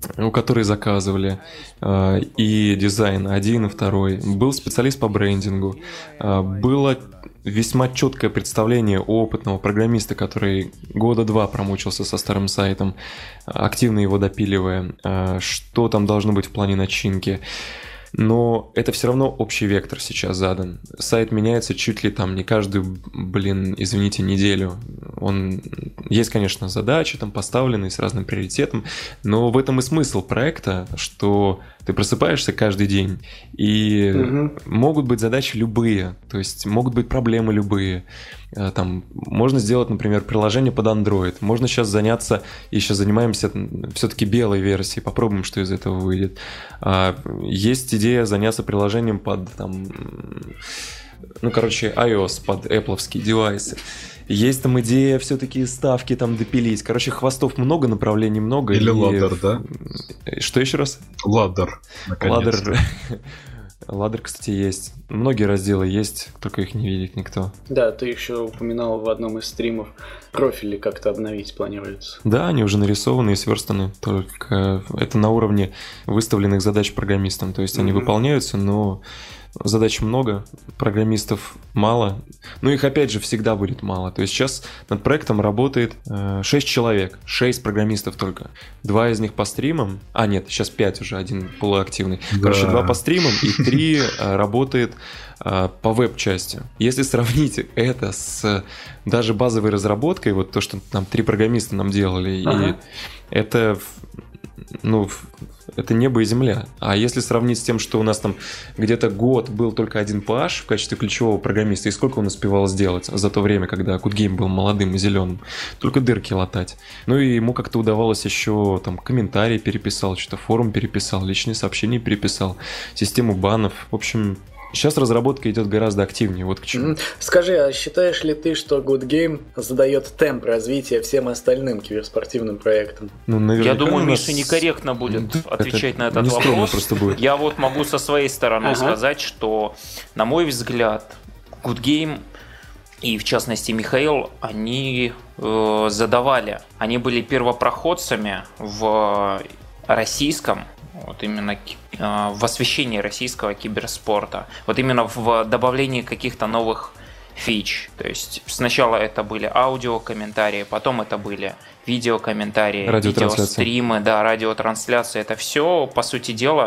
которые заказывали, и дизайн один и второй. Был специалист по брендингу. Было весьма четкое представление опытного программиста, который года 2 промучился со старым сайтом, активно его допиливая, что там должно быть в плане начинки. Но это все равно общий вектор сейчас задан. Сайт меняется чуть ли там не каждую, извините, неделю. Есть, конечно, задачи там поставленные с разным приоритетом, но в этом и смысл проекта, что ты просыпаешься каждый день, и могут быть задачи любые, то есть могут быть проблемы любые. Там можно сделать, например, приложение под Android. Можно сейчас заняться, и сейчас занимаемся все-таки белой версией, попробуем, что из этого выйдет. Есть идея заняться приложением под iOS, под Apple-овские девайсы. Есть там идея все-таки ставки там допилить. Короче, хвостов много, направлений много. Или ладдер, да? Что еще раз? Ладдер, наконец-то. Ладдер, кстати, есть. Многие разделы есть, только их не видит никто. Да, ты еще упоминал в одном из стримов, профили как-то обновить планируется. Да, они уже нарисованы и сверстаны, только это на уровне выставленных задач программистам. То есть они выполняются, но задач много, программистов мало. Ну, их опять же всегда будет мало. То есть сейчас над проектом работает 6 человек, 6 программистов только. 2 из них по стримам. Нет, сейчас 5 уже, 1 полуактивный. Короче, 2 по стримам и 3 работает по веб-части. Если сравнить это с даже базовой разработкой, вот то, что там 3 программиста нам делали, и это... это небо и земля. А если сравнить с тем, что у нас там где-то год был только один PH в качестве ключевого программиста, и сколько он успевал сделать за то время, когда Good Game был молодым и зеленым, только дырки латать. Ну и ему как-то удавалось еще там комментарии переписал, что-то форум переписал, личные сообщения переписал, систему банов. В общем, сейчас разработка идет гораздо активнее, вот к чему. Скажи, а считаешь ли ты, что Good Game задает темп развития всем остальным киберспортивным проектам? Я думаю, Миша некорректно будет отвечать на этот вопрос. Просто будет. Я вот могу со своей стороны сказать, что, на мой взгляд, Good Game и, в частности, Михаил, они задавали, они были первопроходцами в российском, вот именно в освещении российского киберспорта, вот именно в добавлении каких-то новых фич. То есть сначала это были аудиокомментарии, потом это были видеокомментарии, видеостримы, радиотрансляции. Это все, по сути дела,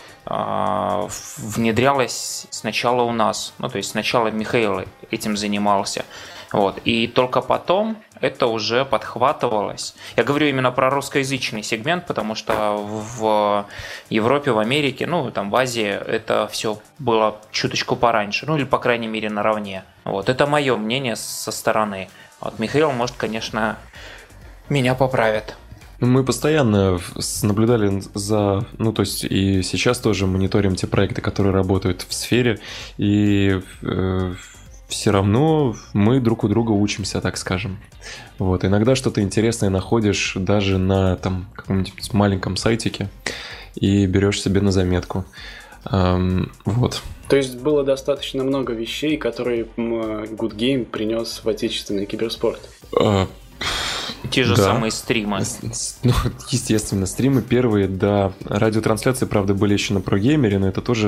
внедрялось сначала у нас. То есть сначала Михаил этим занимался. Вот. И только потом это уже подхватывалось. Я говорю именно про русскоязычный сегмент, потому что в Европе, в Америке, там в Азии это все было чуточку пораньше, или, по крайней мере, наравне. Вот. Это мое мнение со стороны. Вот Михаил, может, конечно, меня поправит. Мы постоянно наблюдали за... то есть и сейчас тоже мониторим те проекты, которые работают в сфере, и... все равно мы друг у друга учимся, так скажем. Вот. Иногда что-то интересное находишь даже на каком-нибудь маленьком сайтике и берешь себе на заметку. Вот. То есть было достаточно много вещей, которые Good Game принес в отечественный киберспорт. Те же самые стримы. Естественно, стримы первые, да. Радиотрансляции, правда, были еще на ProGamer, но это тоже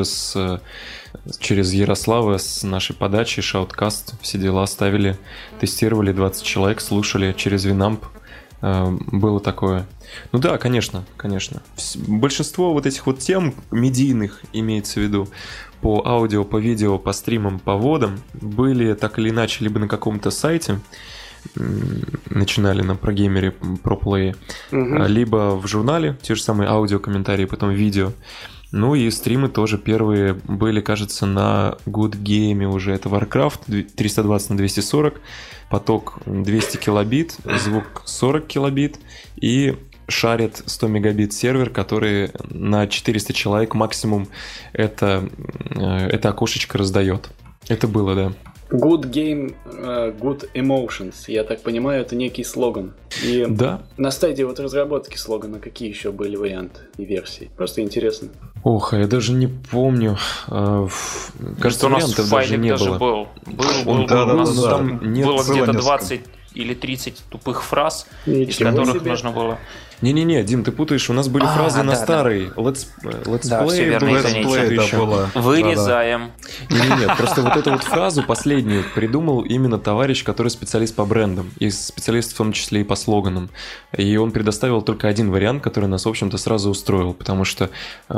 через Ярослава с нашей подачи, Shoutcast, все дела ставили, тестировали, 20 человек слушали через Winamp. Было такое. Да, конечно. Большинство вот этих вот тем медийных, имеется в виду, по аудио, по видео, по стримам, по вводам, были так или иначе либо на каком-то сайте, начинали на ProGamer, ProPlay, либо в журнале, те же самые аудиокомментарии, потом видео. И стримы тоже первые были, кажется, на Good Game уже. Это Warcraft 320 на 240, поток 200 килобит, звук 40 килобит и шарит 100 мегабит сервер, который на 400 человек максимум это окошечко раздает. Это было, да. Good Game, Good Emotions, я так понимаю, это некий слоган. И да. На стадии разработки слогана какие еще были варианты и версии? Просто интересно. Я даже не помню. Кажется, у нас вариантов даже не было. Был. Было где-то или 30 тупых фраз, Ничего из которых себе. нужно было... Не-не-не, Дим, ты путаешь, у нас были фразы на старый. Let's Да, play, всё верно, let's извините. play, это еще. было. Вырезаем. Не-не-не, просто вот эту вот фразу последнюю придумал именно товарищ, который специалист по брендам, и специалист в том числе и по слоганам. И он предоставил только один вариант, который нас, в общем-то, сразу устроил, потому что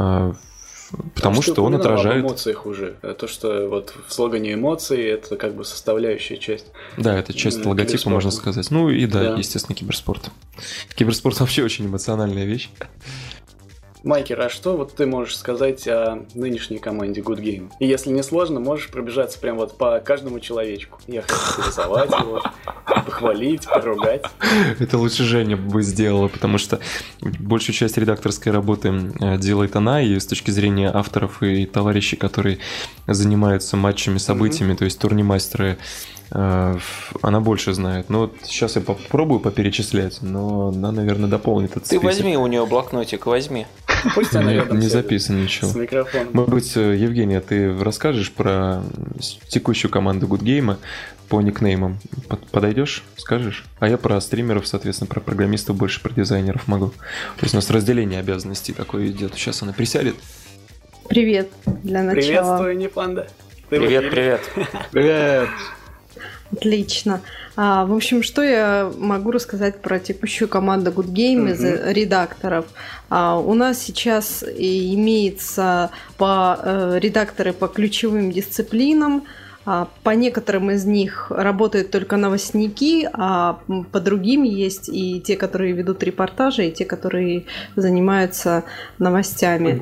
он отражает... об эмоциях уже. То, что вот в слогане эмоции, это как бы составляющая часть. Да, это часть логотипа, киберспорта. можно сказать. Ну и да, Да. естественно, киберспорт. Киберспорт вообще очень эмоциональная вещь. Майкер, а что вот ты можешь сказать о нынешней команде Good Game? И если не сложно, можешь пробежаться прям вот по каждому человечку. Я хочу нарисовать его, похвалить, поругать. Это лучше Женя бы сделала, потому что большую часть редакторской работы делает она, и с точки зрения авторов и товарищей, которые занимаются матчами, событиями, то есть турнимастеры, она больше знает. Но вот сейчас я попробую поперечислять, но она, наверное, дополнит этот Ты список. возьми у нее блокнотик, возьми. Пусть она рядом Не сядет записано ничего. с микрофоном. Может быть, Евгения, ты расскажешь про текущую команду Good Game по никнеймам? Подойдешь? Скажешь? А я про стримеров, соответственно, про программистов, больше про дизайнеров могу. То есть у нас разделение обязанностей такое идет. Сейчас она присядет. Привет для начала. Приветствую, Непанда. Ты в Привет, эфире? привет. Привет! Отлично. В общем, что я могу рассказать про текущую команду Good Game из редакторов? У нас сейчас имеется редакторы по ключевым дисциплинам. По некоторым из них работают только новостники, а по другим есть и те, которые ведут репортажи, и те, которые занимаются новостями.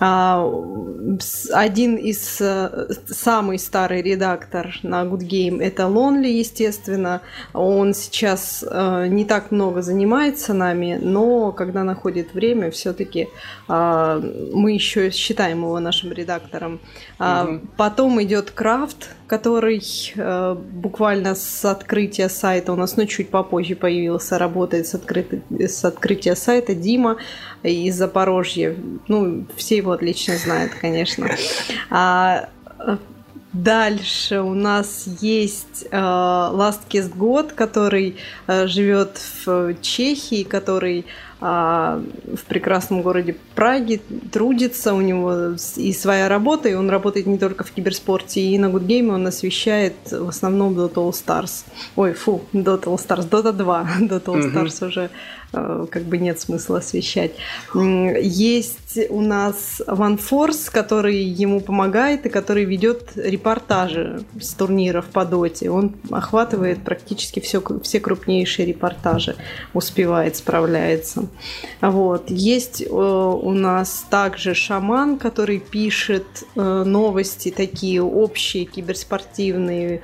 Один из самый старый редактор на Good Game — это Lonely, естественно. Он сейчас не так много занимается нами, но когда находит время, все-таки мы еще считаем его нашим редактором. Потом идет Крафт, который буквально с открытия сайта у нас, чуть попозже появился, работает с открытия сайта, Дима из Запорожья. Все его отлично знают, конечно. Дальше у нас есть Last Guest God, который живет в Чехии, который в прекрасном городе Праге трудится, у него и своя работа, и он работает не только в киберспорте, и на Good Game он освещает в основном Dota All Stars. Dota All Stars, Dota 2, Dota All Stars уже как бы нет смысла освещать. Есть у нас OneForce, который ему помогает и который ведет репортажи с турниров по доте. Он охватывает практически все крупнейшие репортажи, успевает, справляется. Есть у нас также Шаман, который пишет новости такие общие, киберспортивные,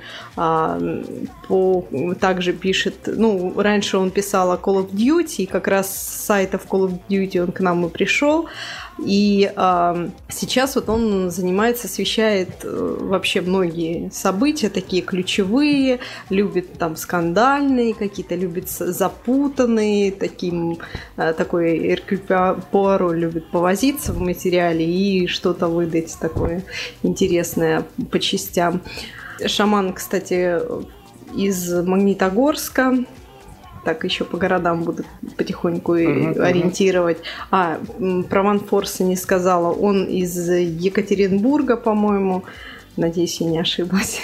также пишет, раньше он писал о Call of Duty, и как раз с сайтов Call of Duty он к нам и пришел. И сейчас он освещает вообще многие события, такие ключевые, любит там скандальные какие-то, любит запутанные, такой Эркюль Пуаро любит повозиться в материале и что-то выдать такое интересное по частям. Шаман, кстати, из Магнитогорска. Так еще по городам буду потихоньку ориентировать. Про OneForce не сказала. Он из Екатеринбурга, по-моему. Надеюсь, я не ошиблась.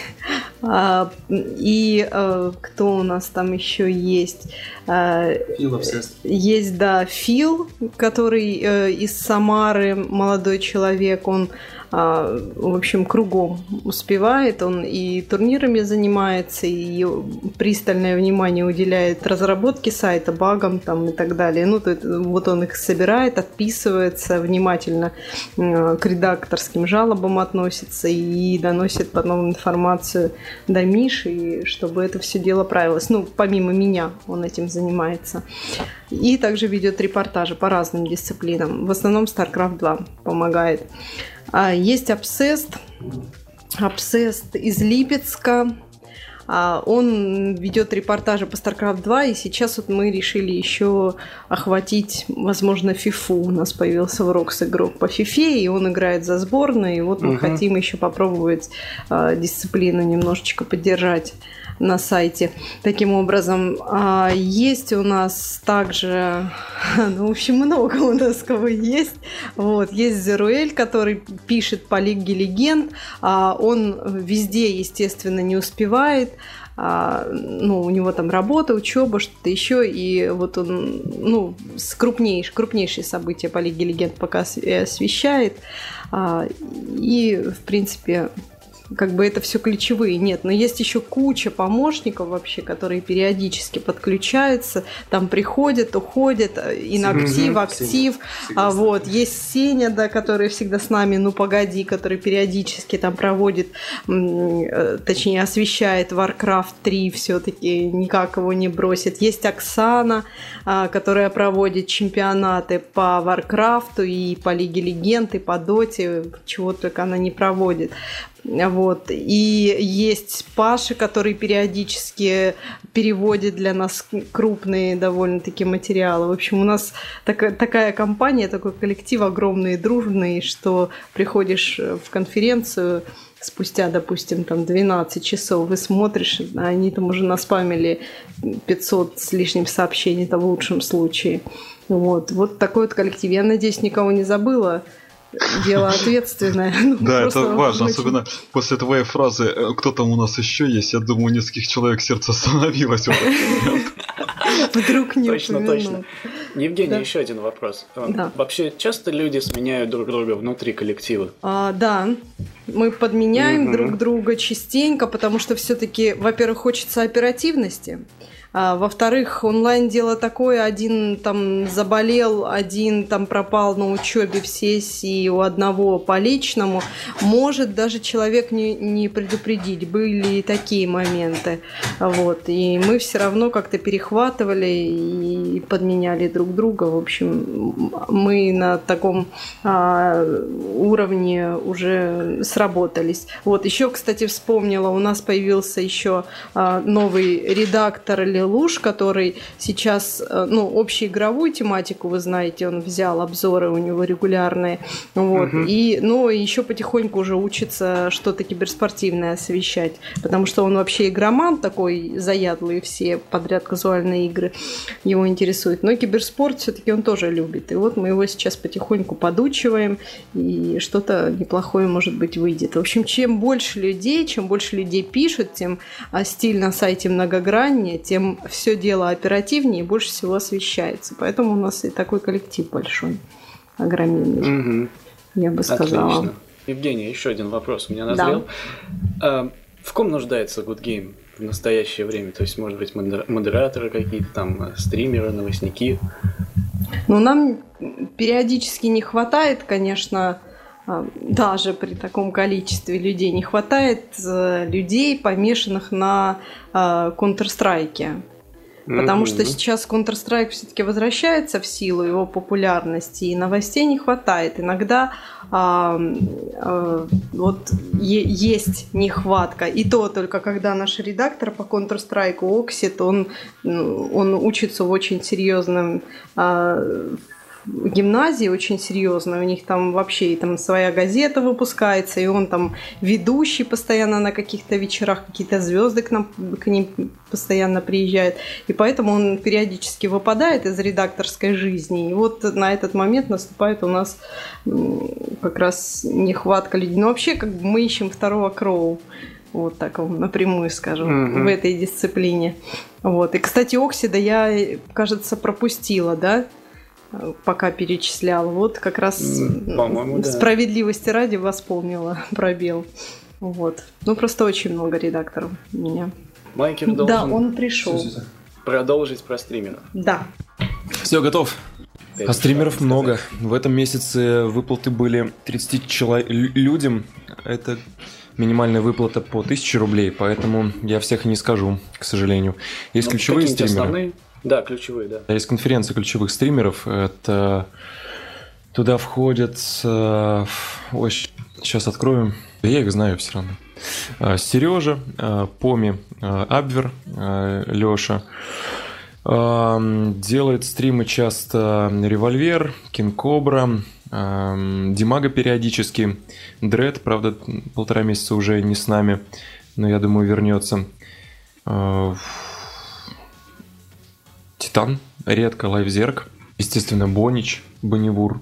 И кто у нас там еще есть? Фил Обсест. Есть, да, Фил, который из Самары, молодой человек. Он, в общем, кругом успевает. Он и турнирами занимается, и пристальное внимание уделяет разработке сайта, багам там и так далее. Он их собирает, отписывается, внимательно к редакторским жалобам относится и доносит потом информацию до Миши, чтобы это все дело правилось. Помимо меня он этим занимается. И также ведет репортажи по разным дисциплинам. В основном StarCraft 2 помогает. Есть Obsessed из Липецка. Он ведет репортажи по StarCraft 2, и сейчас вот мы решили еще охватить, возможно, FIFA. У нас появился в Рокс игрок по FIFA, и он играет за сборную, и вот мы хотим еще попробовать дисциплину немножечко поддержать на сайте. Таким образом, есть у нас также, ну, в общем, много у нас кого есть. Вот, есть Зеруэль, который пишет по Лиге Легенд. Он везде, естественно, не успевает. Ну, у него там работа, учеба, что-то еще, и вот он, ну, крупнейшие события по Лиге Легенд пока освещает. И, в принципе, как бы это все ключевые. Нет, но есть еще куча помощников вообще, которые периодически подключаются, там приходят, уходят, инактив, актив. Вот, есть Сеня, да, который всегда с нами, ну погоди, который периодически там проводит, точнее освещает Warcraft 3, все-таки никак его не бросит. Есть Оксана, которая проводит чемпионаты по Warcraft и по Лиге Легенд, и по Доте, чего только она не проводит. Вот. И есть Паша, который периодически переводит для нас крупные довольно-таки материалы. В общем, у нас такая компания, такой коллектив огромный, дружный, что приходишь в конференцию спустя, допустим, там 12 часов, и смотришь, а они там уже наспамили 500 с лишним сообщений, это в лучшем случае. Вот такой вот коллектив. Я надеюсь, никого не забыла. Дело ответственное. Да, это важно, особенно после твоей фразы «кто там у нас еще есть», я думаю, у нескольких человек сердце остановилось в этот момент. Вдруг не Точно. Евгений, еще один вопрос. Вообще, часто люди сменяют друг друга внутри коллектива? Да, мы подменяем друг друга частенько, потому что все-таки, во-первых, хочется оперативности. Во-вторых, онлайн дело такое, один там заболел, один там пропал на учебе в сессии, у одного по личному. Может даже человек не предупредить, были и такие моменты. Вот. И мы все равно как-то перехватывали и подменяли друг друга. В общем, мы на таком уровне уже сработались. Вот. Еще, кстати, вспомнила, у нас появился еще новый редактор Луж, который сейчас, ну, общеигровую тематику, вы знаете, он взял, обзоры у него регулярные, вот, и, ну, еще потихоньку уже учится что-то киберспортивное освещать, потому что он вообще игроман такой заядлый, все подряд казуальные игры его интересуют, но киберспорт все-таки он тоже любит, и вот мы его сейчас потихоньку подучиваем, и что-то неплохое, может быть, выйдет. В общем, чем больше людей пишут, тем стиль на сайте многограннее, тем все дело оперативнее и больше всего освещается. Поэтому у нас и такой коллектив большой, огромный, я бы сказала. Отлично. Евгений, еще один вопрос у меня назрел. Да. В ком нуждается Good Game в настоящее время? То есть, может быть, модераторы какие-то там, стримеры, новостники? Ну, нам периодически не хватает, конечно, даже при таком количестве людей, не хватает людей, помешанных на Counter-Strike. Потому что сейчас Counter-Strike все-таки возвращается в силу его популярности, и новостей не хватает. Иногда вот есть нехватка. И то только когда наш редактор по Counter-Strike Оксид, он учится в очень серьезном гимназии, очень серьезно, у них там вообще и там своя газета выпускается, и он там ведущий постоянно на каких-то вечерах, какие-то звезды к ним постоянно приезжают, и поэтому он периодически выпадает из редакторской жизни, и вот на этот момент наступает у нас как раз нехватка людей. Но вообще как бы мы ищем второго Кроу, вот так напрямую скажем, в этой дисциплине. Вот. И, кстати, Оксида я, кажется, пропустила, да? Пока перечисляла. Вот как раз справедливости ради восполнила пробел. Вот. Ну, просто очень много редакторов у меня. Майкер должен... Да, он пришел. Продолжить про стримеров. Да. Все, готов. А стримеров много. В этом месяце выплаты были 30 людям. Это минимальная выплата по 1000 рублей, поэтому я всех не скажу, к сожалению. Есть ключевые стримеры. Основные? Да, ключевые, да. Есть конференция ключевых стримеров. Это туда входят... Ой, сейчас откроем. Я их знаю все равно. Сережа, Поми, Абвер, Леша. Делает стримы часто Револьвер, Кинг Кобра, Димага периодически, Дред, правда, 1,5 месяца уже не с нами, но я думаю вернется. Титан, редко, Лайвзерк, естественно, Бонич, Бонневур,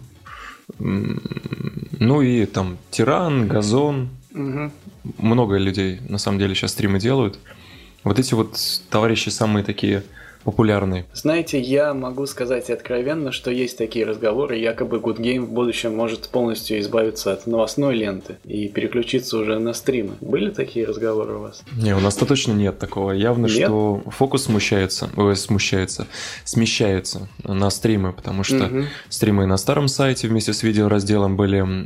ну и там Тиран, Газон. Много людей на самом деле сейчас стримы делают. Вот эти вот товарищи самые такие популярные. Знаете, я могу сказать откровенно, что есть такие разговоры, якобы Good Game в будущем может полностью избавиться от новостной ленты и переключиться уже на стримы. Были такие разговоры у вас? Не, у нас-то точно нет такого. Явно, нет? Что фокус смещается на стримы, потому что стримы на старом сайте вместе с видеоразделом были,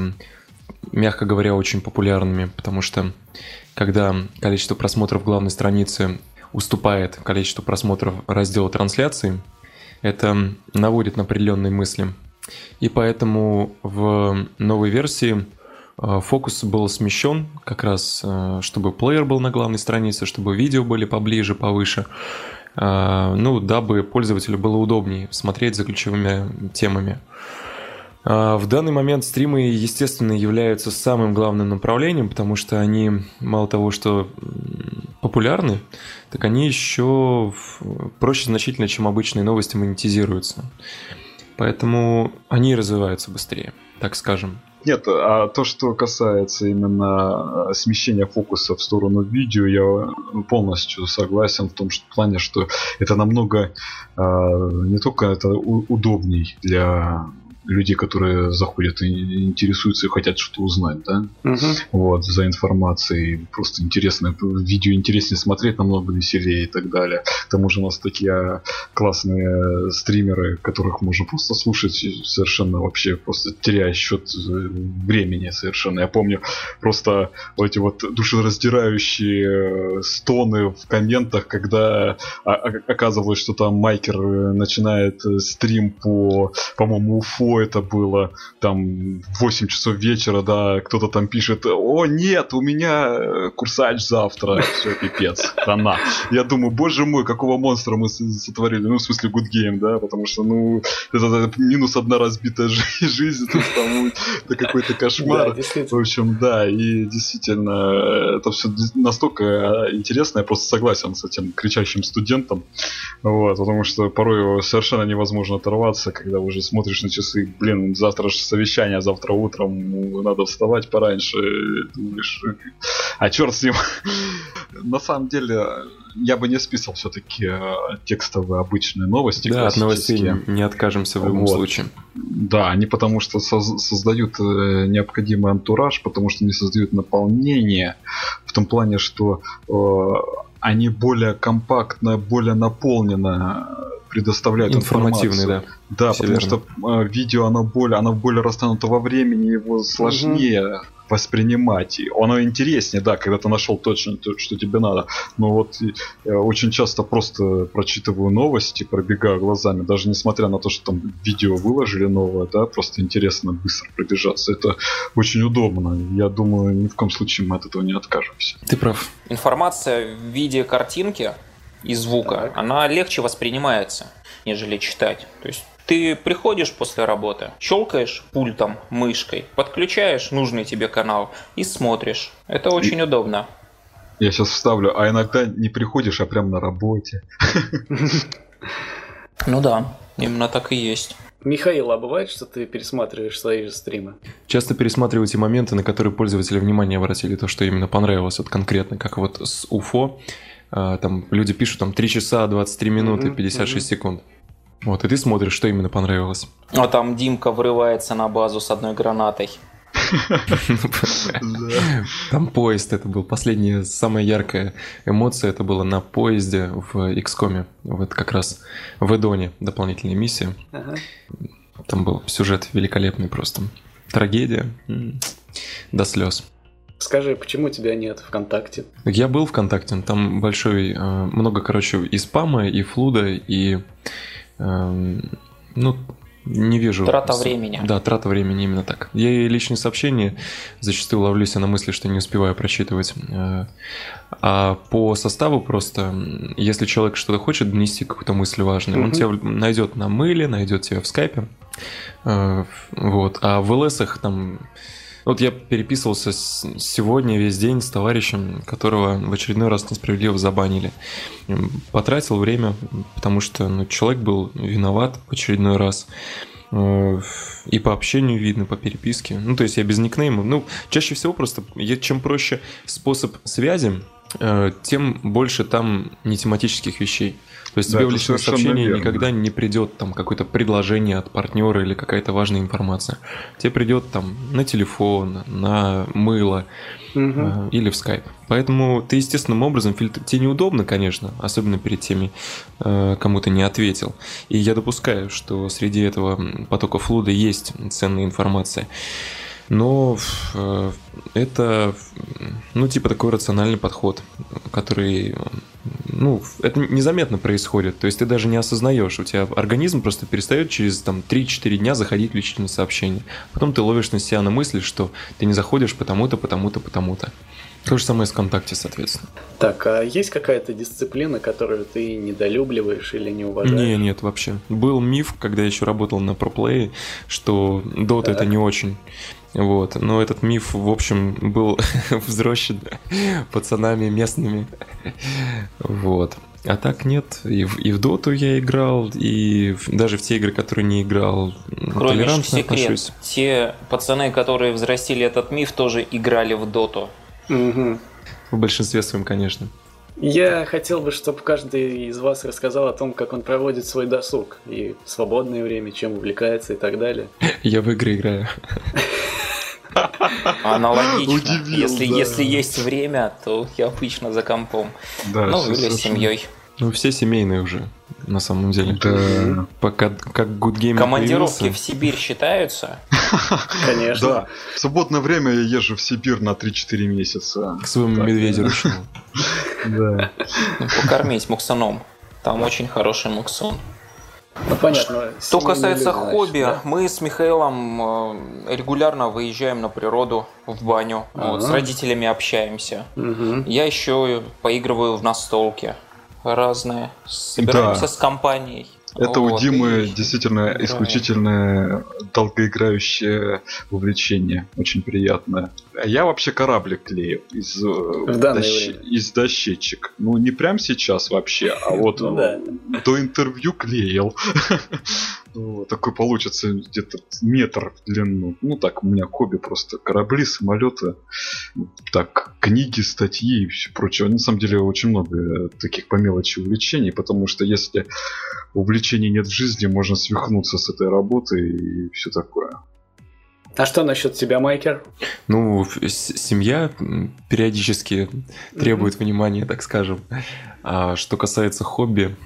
мягко говоря, очень популярными, потому что когда количество просмотров главной страницы уступает количеству просмотров раздела трансляции, это наводит на определенные мысли. И поэтому в новой версии фокус был смещен как раз, чтобы плеер был на главной странице, чтобы видео были поближе, повыше, ну, дабы пользователю было удобнее смотреть за ключевыми темами. В данный момент стримы, естественно, являются самым главным направлением, потому что они мало того, что популярны, так они еще проще значительно, чем обычные новости, монетизируются. Поэтому они развиваются быстрее, так скажем. Нет, а то, что касается именно смещения фокуса в сторону видео, я полностью согласен в том плане, что это намного не только это удобней для людей, которые заходят и интересуются и хотят что-то узнать, да? Вот, за информацией. Просто интересно, видео интереснее смотреть, намного веселее и так далее. К тому же у нас такие классные стримеры, которых можно просто слушать совершенно вообще, просто теряя счет времени совершенно. Я помню просто эти вот душераздирающие стоны в комментах, когда оказывалось, что там Майкер начинает стрим по-моему, Уфо, это было там 8 часов вечера, да, кто-то там пишет: о нет, у меня курсач завтра, все, пипец, хана. Я думаю, боже мой, какого монстра мы сотворили, ну, в смысле, Good Game, да, потому что, ну, это минус одна разбитая жизнь, то есть там это какой-то кошмар. В общем, да, и действительно, это все настолько интересно, я просто согласен с этим кричащим студентом, вот, потому что порой совершенно невозможно оторваться, когда уже смотришь на часы, блин, завтра же совещание, завтра утром надо вставать пораньше, думаешь, а черт с ним. На самом деле, я бы не списал все-таки текстовые обычные новости. Да, от новостей не откажемся в любом случае. Да, они потому что создают необходимый антураж, потому что они создают наполнение в том плане, что они более компактно, более наполненно предоставляют информативный, информацию. Да, потому верно. Что видео оно более растянуто во времени, его сложнее воспринимать. Оно интереснее, да, когда ты нашел точно то, что тебе надо. Но вот я очень часто просто прочитываю новости, пробегаю глазами, даже несмотря на то, что там видео выложили новое, да, просто интересно быстро пробежаться. Это очень удобно. Я думаю, ни в коем случае мы от этого не откажемся. Ты прав. Информация в виде картинки и звука, она легче воспринимается, нежели читать. То есть ты приходишь после работы, щелкаешь пультом, мышкой, подключаешь нужный тебе канал и смотришь. Это очень удобно. Я сейчас вставлю, а иногда не приходишь, а прям на работе. Ну да, именно так и есть. Михаил, а бывает, что ты пересматриваешь свои же стримы? Часто пересматриваю те моменты, на которые пользователи внимание обратили, то, что именно понравилось, вот конкретно, как вот с Уфо. Там люди пишут там 3 часа 23 минуты 56 секунд. Вот, и ты смотришь, что именно понравилось. А там Димка врывается на базу с одной гранатой. Там поезд, это был последняя, самая яркая эмоция, это было на поезде в XCOM, вот как раз в Эдоне дополнительная миссия. Там был сюжет великолепный просто. Трагедия до слез. Скажи, почему тебя нет ВКонтакте? Я был ВКонтакте, там большой, много, короче, и спама, и флуда, и, ну, не вижу... Трата времени. Да, трата времени, именно так. Я и личные сообщения зачастую ловлюсь на мысли, что не успеваю прочитывать. А по составу просто, если человек что-то хочет донести, какую-то мысль важную, он тебя найдет на мейле, найдет тебя в скайпе. Вот. А в ЛСах там... Вот я переписывался сегодня весь день с товарищем, которого в очередной раз несправедливо забанили. Потратил время, потому что человек был виноват в очередной раз. И по общению видно, по переписке. То есть я без никнейма. Чаще всего просто, чем проще способ связи, тем больше там не тематических вещей. То есть тебе в личное сообщение никогда не придет там какое-то предложение от партнера или какая-то важная информация. Тебе придет там на телефон, на мыло или в скайп. Поэтому ты естественным образом тебе неудобно, конечно, особенно перед теми, кому ты не ответил. И я допускаю, что среди этого потока флуда есть ценная информация. Но это, такой рациональный подход, который, это незаметно происходит. То есть ты даже не осознаешь, у тебя организм просто перестает через 3-4 дня заходить в личные сообщения. Потом ты ловишь на себя на мысли, что ты не заходишь потому-то, потому-то, потому-то. То же самое с ВКонтакте, соответственно. Так, а есть какая-то дисциплина, которую ты недолюбливаешь или не уважаешь? Нет, вообще. Был миф, когда я еще работал на проплее, что Dota это не очень. Вот. Но этот миф, в общем, был взросшен пацанами местными. Вот. А так нет. И в Доту я играл, и даже в те игры, которые не играл, толерантно отношусь. Те пацаны, которые взрастили этот миф, тоже играли в Доту. В большинстве своем, конечно. Я хотел бы, чтобы каждый из вас рассказал о том, как он проводит свой досуг и свободное время, чем увлекается и так далее. Я в игры играю. Аналогично. Если есть время, то я обычно за компом. Да, или с семьей. Все семейные уже, на самом деле. Да. Пока как Good Game командировки появился... в Сибирь считаются? Конечно. Да. В свободное время я езжу в Сибирь на 3-4 месяца. К своему медведю ручному. Да. Покормить муксаном. Там очень хороший муксон. Понятно. Что касается хобби, мы с Михаилом регулярно выезжаем на природу, в баню, с родителями общаемся. Я еще поигрываю в настолки разные, собираемся с компанией. Это у Димы действительно исключительно долгоиграющее увлечение, очень приятное. А я вообще кораблик клею из дощечек. Не прям сейчас вообще, а вот до интервью клеил. Такой получится где-то метр в длину. Так, у меня хобби просто корабли, самолеты, так, книги, статьи и все прочее. На самом деле очень много таких по мелочи увлечений, потому что если увлечений нет в жизни, можно свихнуться с этой работы и все такое. А что насчет тебя, Майкер? Семья периодически требует внимания, так скажем. А что касается хобби...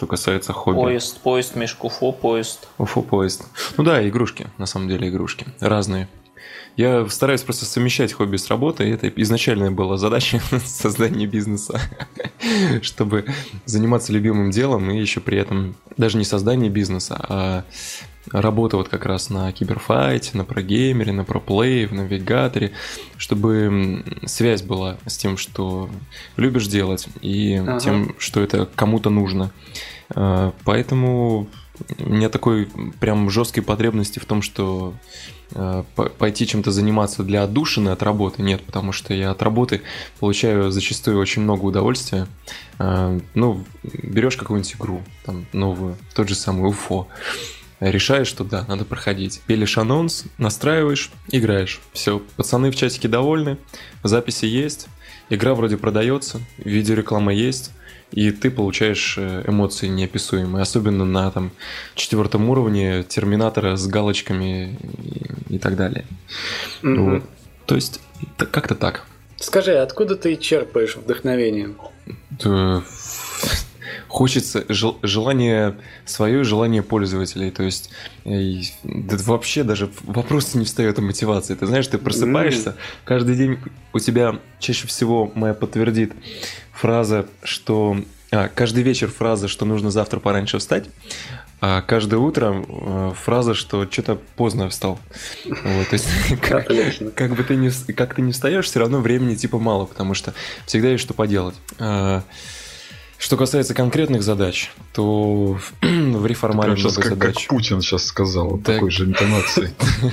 Поезд, Мишка, Уфо-поезд. Уфо-поезд. Игрушки, на самом деле игрушки. Разные. Я стараюсь просто совмещать хобби с работой. Это изначальная была задача создания бизнеса. Чтобы заниматься любимым делом и еще при этом даже не создание бизнеса, а работа как раз на Киберфайте, на прогеймере, на проплее, в навигаторе, чтобы связь была с тем, что любишь делать, и тем, что это кому-то нужно. Поэтому у меня такой прям жесткой потребности в том, что пойти чем-то заниматься для отдушины от работы нет, потому что я от работы получаю зачастую очень много удовольствия. Берешь какую-нибудь игру, новую, тот же самый Уфо, решаешь, что да, надо проходить. Пилишь анонс, настраиваешь, играешь. Все, пацаны в чатике довольны, записи есть, игра вроде продается, видеореклама есть, и ты получаешь эмоции неописуемые, особенно на 4-м уровне терминатора с галочками и так далее. Вот. То есть, как-то так. Скажи, откуда ты черпаешь вдохновение? Хочется свое желание пользователей. То есть вообще даже вопрос не встает о мотивации. Ты знаешь, ты просыпаешься, каждый день у тебя чаще всего моя подтвердит фраза, что... каждый вечер фраза, что нужно завтра пораньше встать. а каждое утро фраза, что что-то поздно встал. Вот, то есть, как ты не встаешь, все равно времени типа мало, потому что всегда есть что поделать. Что касается конкретных задач, то в реформале много задач. Как Путин сейчас сказал, такой же интонацией.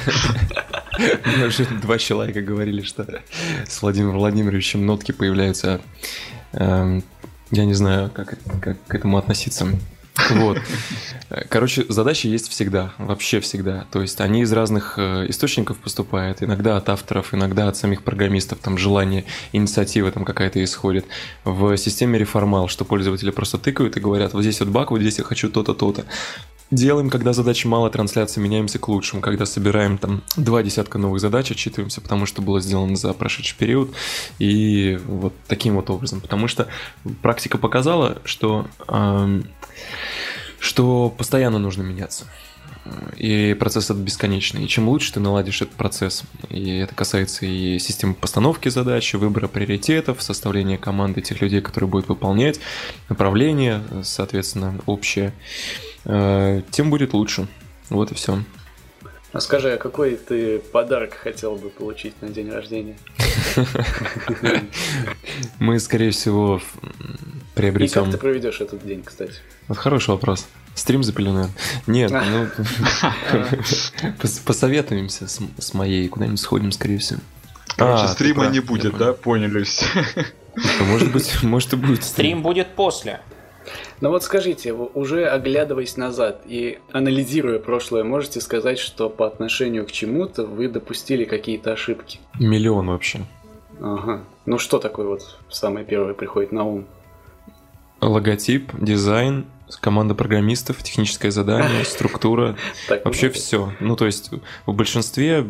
Уже 2 человека говорили, что с Владимиром Владимировичем нотки появляются. Я не знаю, как к этому относиться. Вот. Короче, задачи есть всегда, вообще всегда. То есть они из разных источников поступают, иногда от авторов, иногда от самих программистов, там желание, инициатива там какая-то исходит. В системе реформал, что пользователи просто тыкают и говорят, вот здесь вот баг, вот здесь я хочу то-то, то-то. Делаем, когда задач мало, трансляции, меняемся к лучшему, когда собираем там 20 новых задач, отчитываемся, потому что было сделано за прошедший период, и вот таким вот образом. Потому что практика показала, что постоянно нужно меняться. И процесс этот бесконечный. И чем лучше ты наладишь этот процесс, и это касается и системы постановки задач, выбора приоритетов, составления команды тех людей, которые будут выполнять, направление, соответственно, общее, тем будет лучше. Вот и все. А скажи, а какой ты подарок хотел бы получить на день рождения? Мы, скорее всего, приобретем... И как ты проведешь этот день, кстати? Вот хороший вопрос. Стрим запилен, наверное. Нет, посоветуемся с моей, куда-нибудь сходим, скорее всего. Короче, стрима не будет, да? Поняли все. Может и будет. Стрим будет после. Ну вот скажите, уже оглядываясь назад и анализируя прошлое, можете сказать, что по отношению к чему-то вы допустили какие-то ошибки? Миллион вообще. Ага. Ну что такое вот самое первое приходит на ум? Логотип, дизайн, команда программистов, техническое задание, структура. Вообще все. Ну то есть в большинстве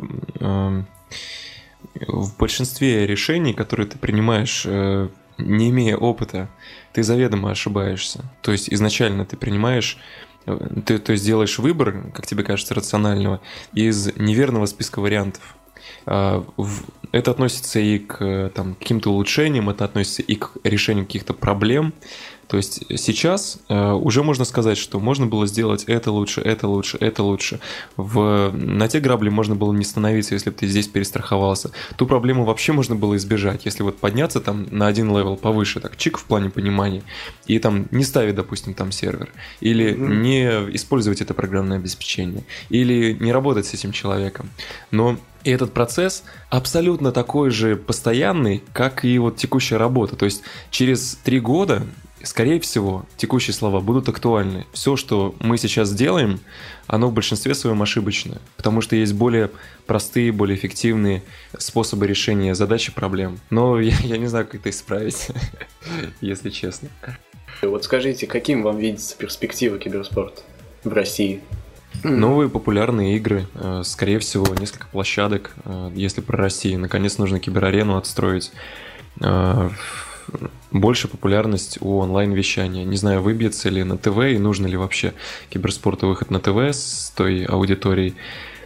решений, которые ты принимаешь, не имея опыта, ты заведомо ошибаешься. То есть изначально ты принимаешь, то есть делаешь выбор, как тебе кажется, рационального, из неверного списка вариантов. Это относится и к каким-то улучшениям, это относится и к решению каких-то проблем. То есть сейчас уже можно сказать, что можно было сделать это лучше, это лучше, это лучше. На те грабли можно было не становиться, если бы ты здесь перестраховался. Ту проблему вообще можно было избежать, если вот подняться там на один левел повыше, так чик в плане понимания, и там не ставить, допустим, там сервер, или не использовать это программное обеспечение, или не работать с этим человеком. Но и этот процесс абсолютно такой же постоянный, как и вот текущая работа. То есть через 3 года, скорее всего, текущие слова будут актуальны. Все, что мы сейчас делаем, оно в большинстве своем ошибочное. Потому что есть более простые, более эффективные способы решения задач и проблем. Но я не знаю, как это исправить, если честно. Вот скажите, каким вам видится перспектива киберспорта в России? Новые популярные игры, скорее всего, несколько площадок, если про Россию. Наконец нужно киберарену отстроить. Больше популярность у онлайн-вещания. Не знаю, выбьется ли на ТВ и нужно ли вообще киберспорту выход на ТВ с той аудиторией.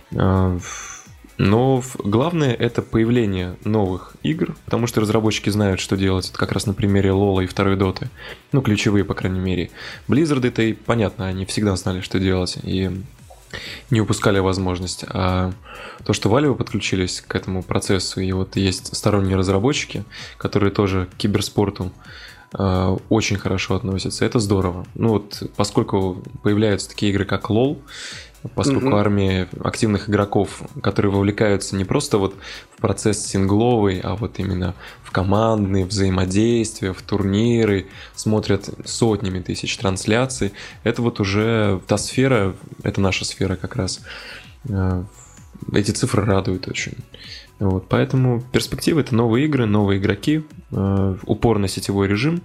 Но главное это появление новых игр, потому что разработчики знают, что делать. Это как раз на примере Лола и второй Доты. Ну, ключевые, по крайней мере. Blizzard-то и понятно, они всегда знали, что делать. И не упускали возможность. А то, что Valve подключились к этому процессу, и вот есть сторонние разработчики, которые тоже к киберспорту очень хорошо относятся, это здорово. Ну вот, поскольку появляются такие игры, как LoL, поскольку армия активных игроков, которые вовлекаются не просто вот в процесс сингловый, а вот именно в командные взаимодействия, в турниры, смотрят сотнями тысяч трансляций, это вот уже та сфера, это наша сфера как раз. Эти цифры радуют очень. Вот, поэтому перспектива — это новые игры, новые игроки, упор на сетевой режим,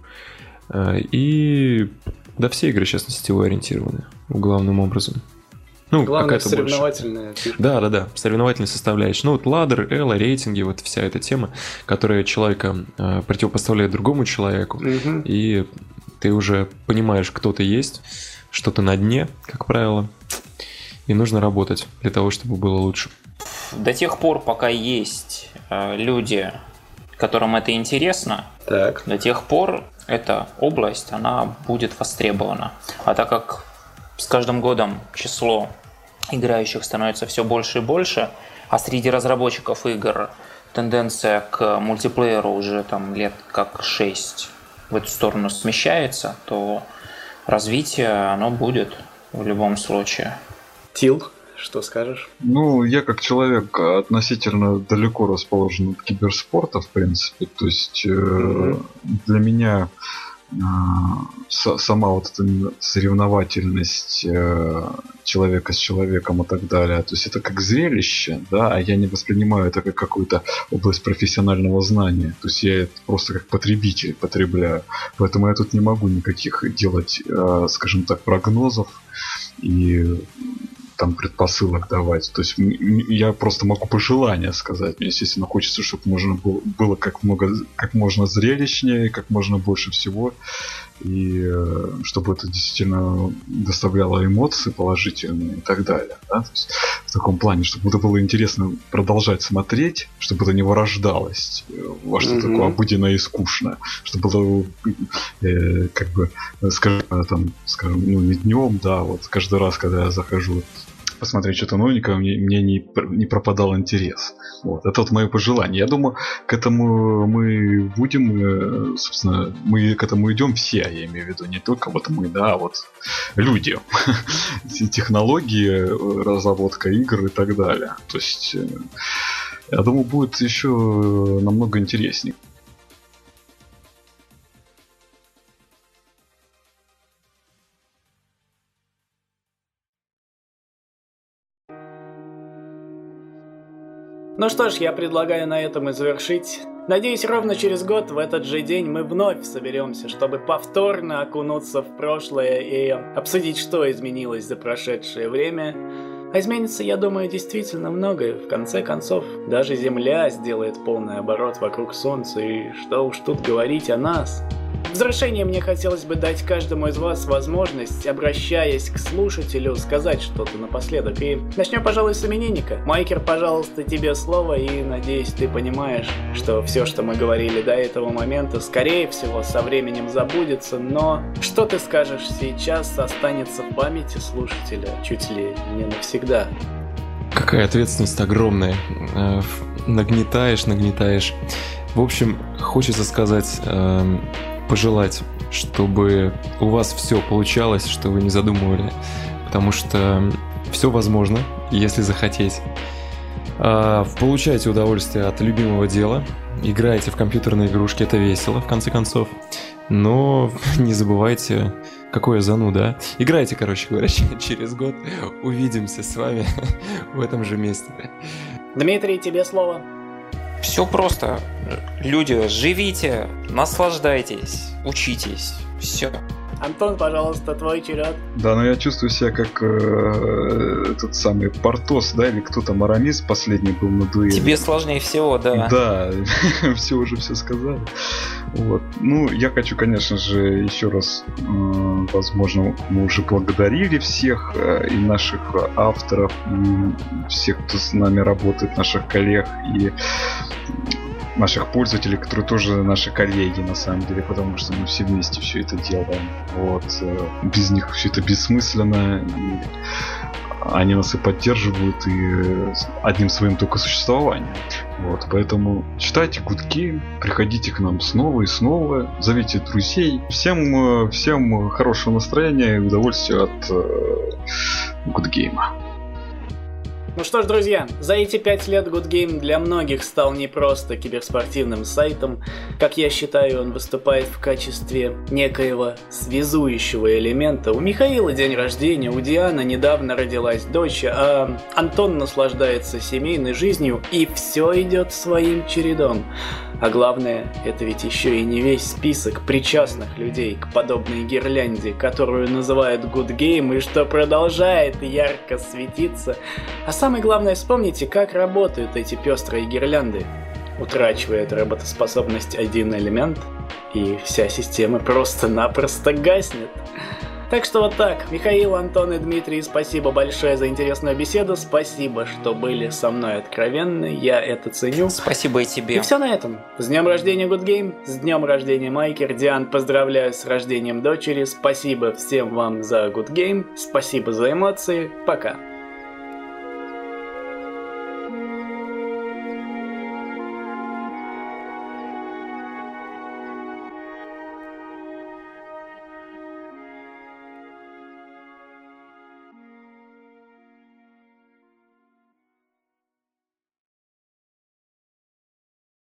и да, все игры сейчас на сетевой ориентированы главным образом. Ну, главное, соревновательная фишка. Да, соревновательная составляющая. Ну, вот ладер, эло, рейтинги, вот вся эта тема, которая человека противопоставляет другому человеку, и ты уже понимаешь, кто ты есть, что ты на дне, как правило, и нужно работать для того, чтобы было лучше. До тех пор, пока есть люди, которым это интересно, до тех пор эта область, она будет востребована. А так как с каждым годом число играющих становится все больше и больше, а среди разработчиков игр тенденция к мультиплееру уже там лет как 6 в эту сторону смещается, то развитие оно будет в любом случае. Тил, что скажешь? Ну, я как человек относительно далеко расположен от киберспорта, в принципе. То есть для меня сама вот эта соревновательность человека с человеком и так далее, то есть это как зрелище, да, а я не воспринимаю это как какую-то область профессионального знания. То есть я это просто как потребитель потребляю. Поэтому я тут не могу никаких делать, скажем так, прогнозов и там предпосылок давать. То есть я просто могу пожелания сказать. Мне, естественно, хочется, чтобы можно было как можно зрелищнее, как можно больше всего. И чтобы это действительно доставляло эмоции положительные и так далее. Да? То есть в таком плане, чтобы это было интересно продолжать смотреть, чтобы это не вырождалось во что-то такое обыденное и скучное. Чтобы было, как бы, скажем, ну, не днем, да, вот каждый раз, когда я захожу посмотреть что-то новенькое, мне не пропадал интерес. Вот. Это вот мое пожелание. Я думаю, к этому мы будем, собственно, мы к этому идем все, я имею в виду, не только вот мы, да, а вот люди. Технологии, разработка игр и так далее. То есть, я думаю, будет еще намного интереснее. Ну что ж, я предлагаю на этом и завершить. Надеюсь, ровно через год в этот же день мы вновь соберемся, чтобы повторно окунуться в прошлое и обсудить, что изменилось за прошедшее время. А изменится, я думаю, действительно многое. В конце концов, даже Земля сделает полный оборот вокруг Солнца, и что уж тут говорить о нас. В завершение мне хотелось бы дать каждому из вас возможность, обращаясь к слушателю, сказать что-то напоследок. И начнем, пожалуй, с именинника. Майкер, пожалуйста, тебе слово, и надеюсь, ты понимаешь, что все, что мы говорили до этого момента, скорее всего, со временем забудется, но что ты скажешь сейчас, останется в памяти слушателя чуть ли не навсегда. Какая ответственность огромная. Нагнетаешь. В общем, хочется сказать... пожелать, чтобы у вас все получалось, что вы не задумывали, потому что все возможно, если захотеть. Получайте удовольствие от любимого дела, играйте в компьютерные игрушки, это весело, в конце концов, но не забывайте, какое зануда. Играйте, короче говоря, через год увидимся с вами в этом же месте. Дмитрий, тебе слово. Все просто. Люди, живите, наслаждайтесь, учитесь. Все. Антон, пожалуйста, твой черед. Да, но я чувствую себя как этот самый Портос, да, или кто там, Арамис последний был на дуэли. Тебе сложнее всего, да. Да, все уже все сказали. Вот. Ну, я хочу, конечно же, еще раз, возможно, мы уже благодарили всех и наших авторов, и всех, кто с нами работает, наших коллег и наших пользователей, которые тоже наши коллеги на самом деле, потому что мы все вместе все это делаем. Вот. Без них все это бессмысленно. Они нас и поддерживают и одним своим только существованием. Вот, поэтому читайте Good Game, приходите к нам снова и снова, зовите друзей. Всем хорошего настроения и удовольствия от Good Game. Ну что ж, друзья, за эти 5 лет Good Game для многих стал не просто киберспортивным сайтом. Как я считаю, он выступает в качестве некоего связующего элемента. У Михаила день рождения, у Дианы недавно родилась дочь, а Антон наслаждается семейной жизнью, и все идет своим чередом. А главное, это ведь еще и не весь список причастных людей к подобной гирлянде, которую называют Good Game, и что продолжает ярко светиться. А самое главное, вспомните, как работают эти пестрые гирлянды. Утрачивает работоспособность один элемент, и вся система просто-напросто гаснет. Так что вот так. Михаил, Антон и Дмитрий, спасибо большое за интересную беседу. Спасибо, что были со мной откровенны. Я это ценю. Спасибо и тебе. И все на этом. С днем рождения Good Game, с днем рождения Майкер. Диан, поздравляю с рождением дочери. Спасибо всем вам за Good Game. Спасибо за эмоции. Пока.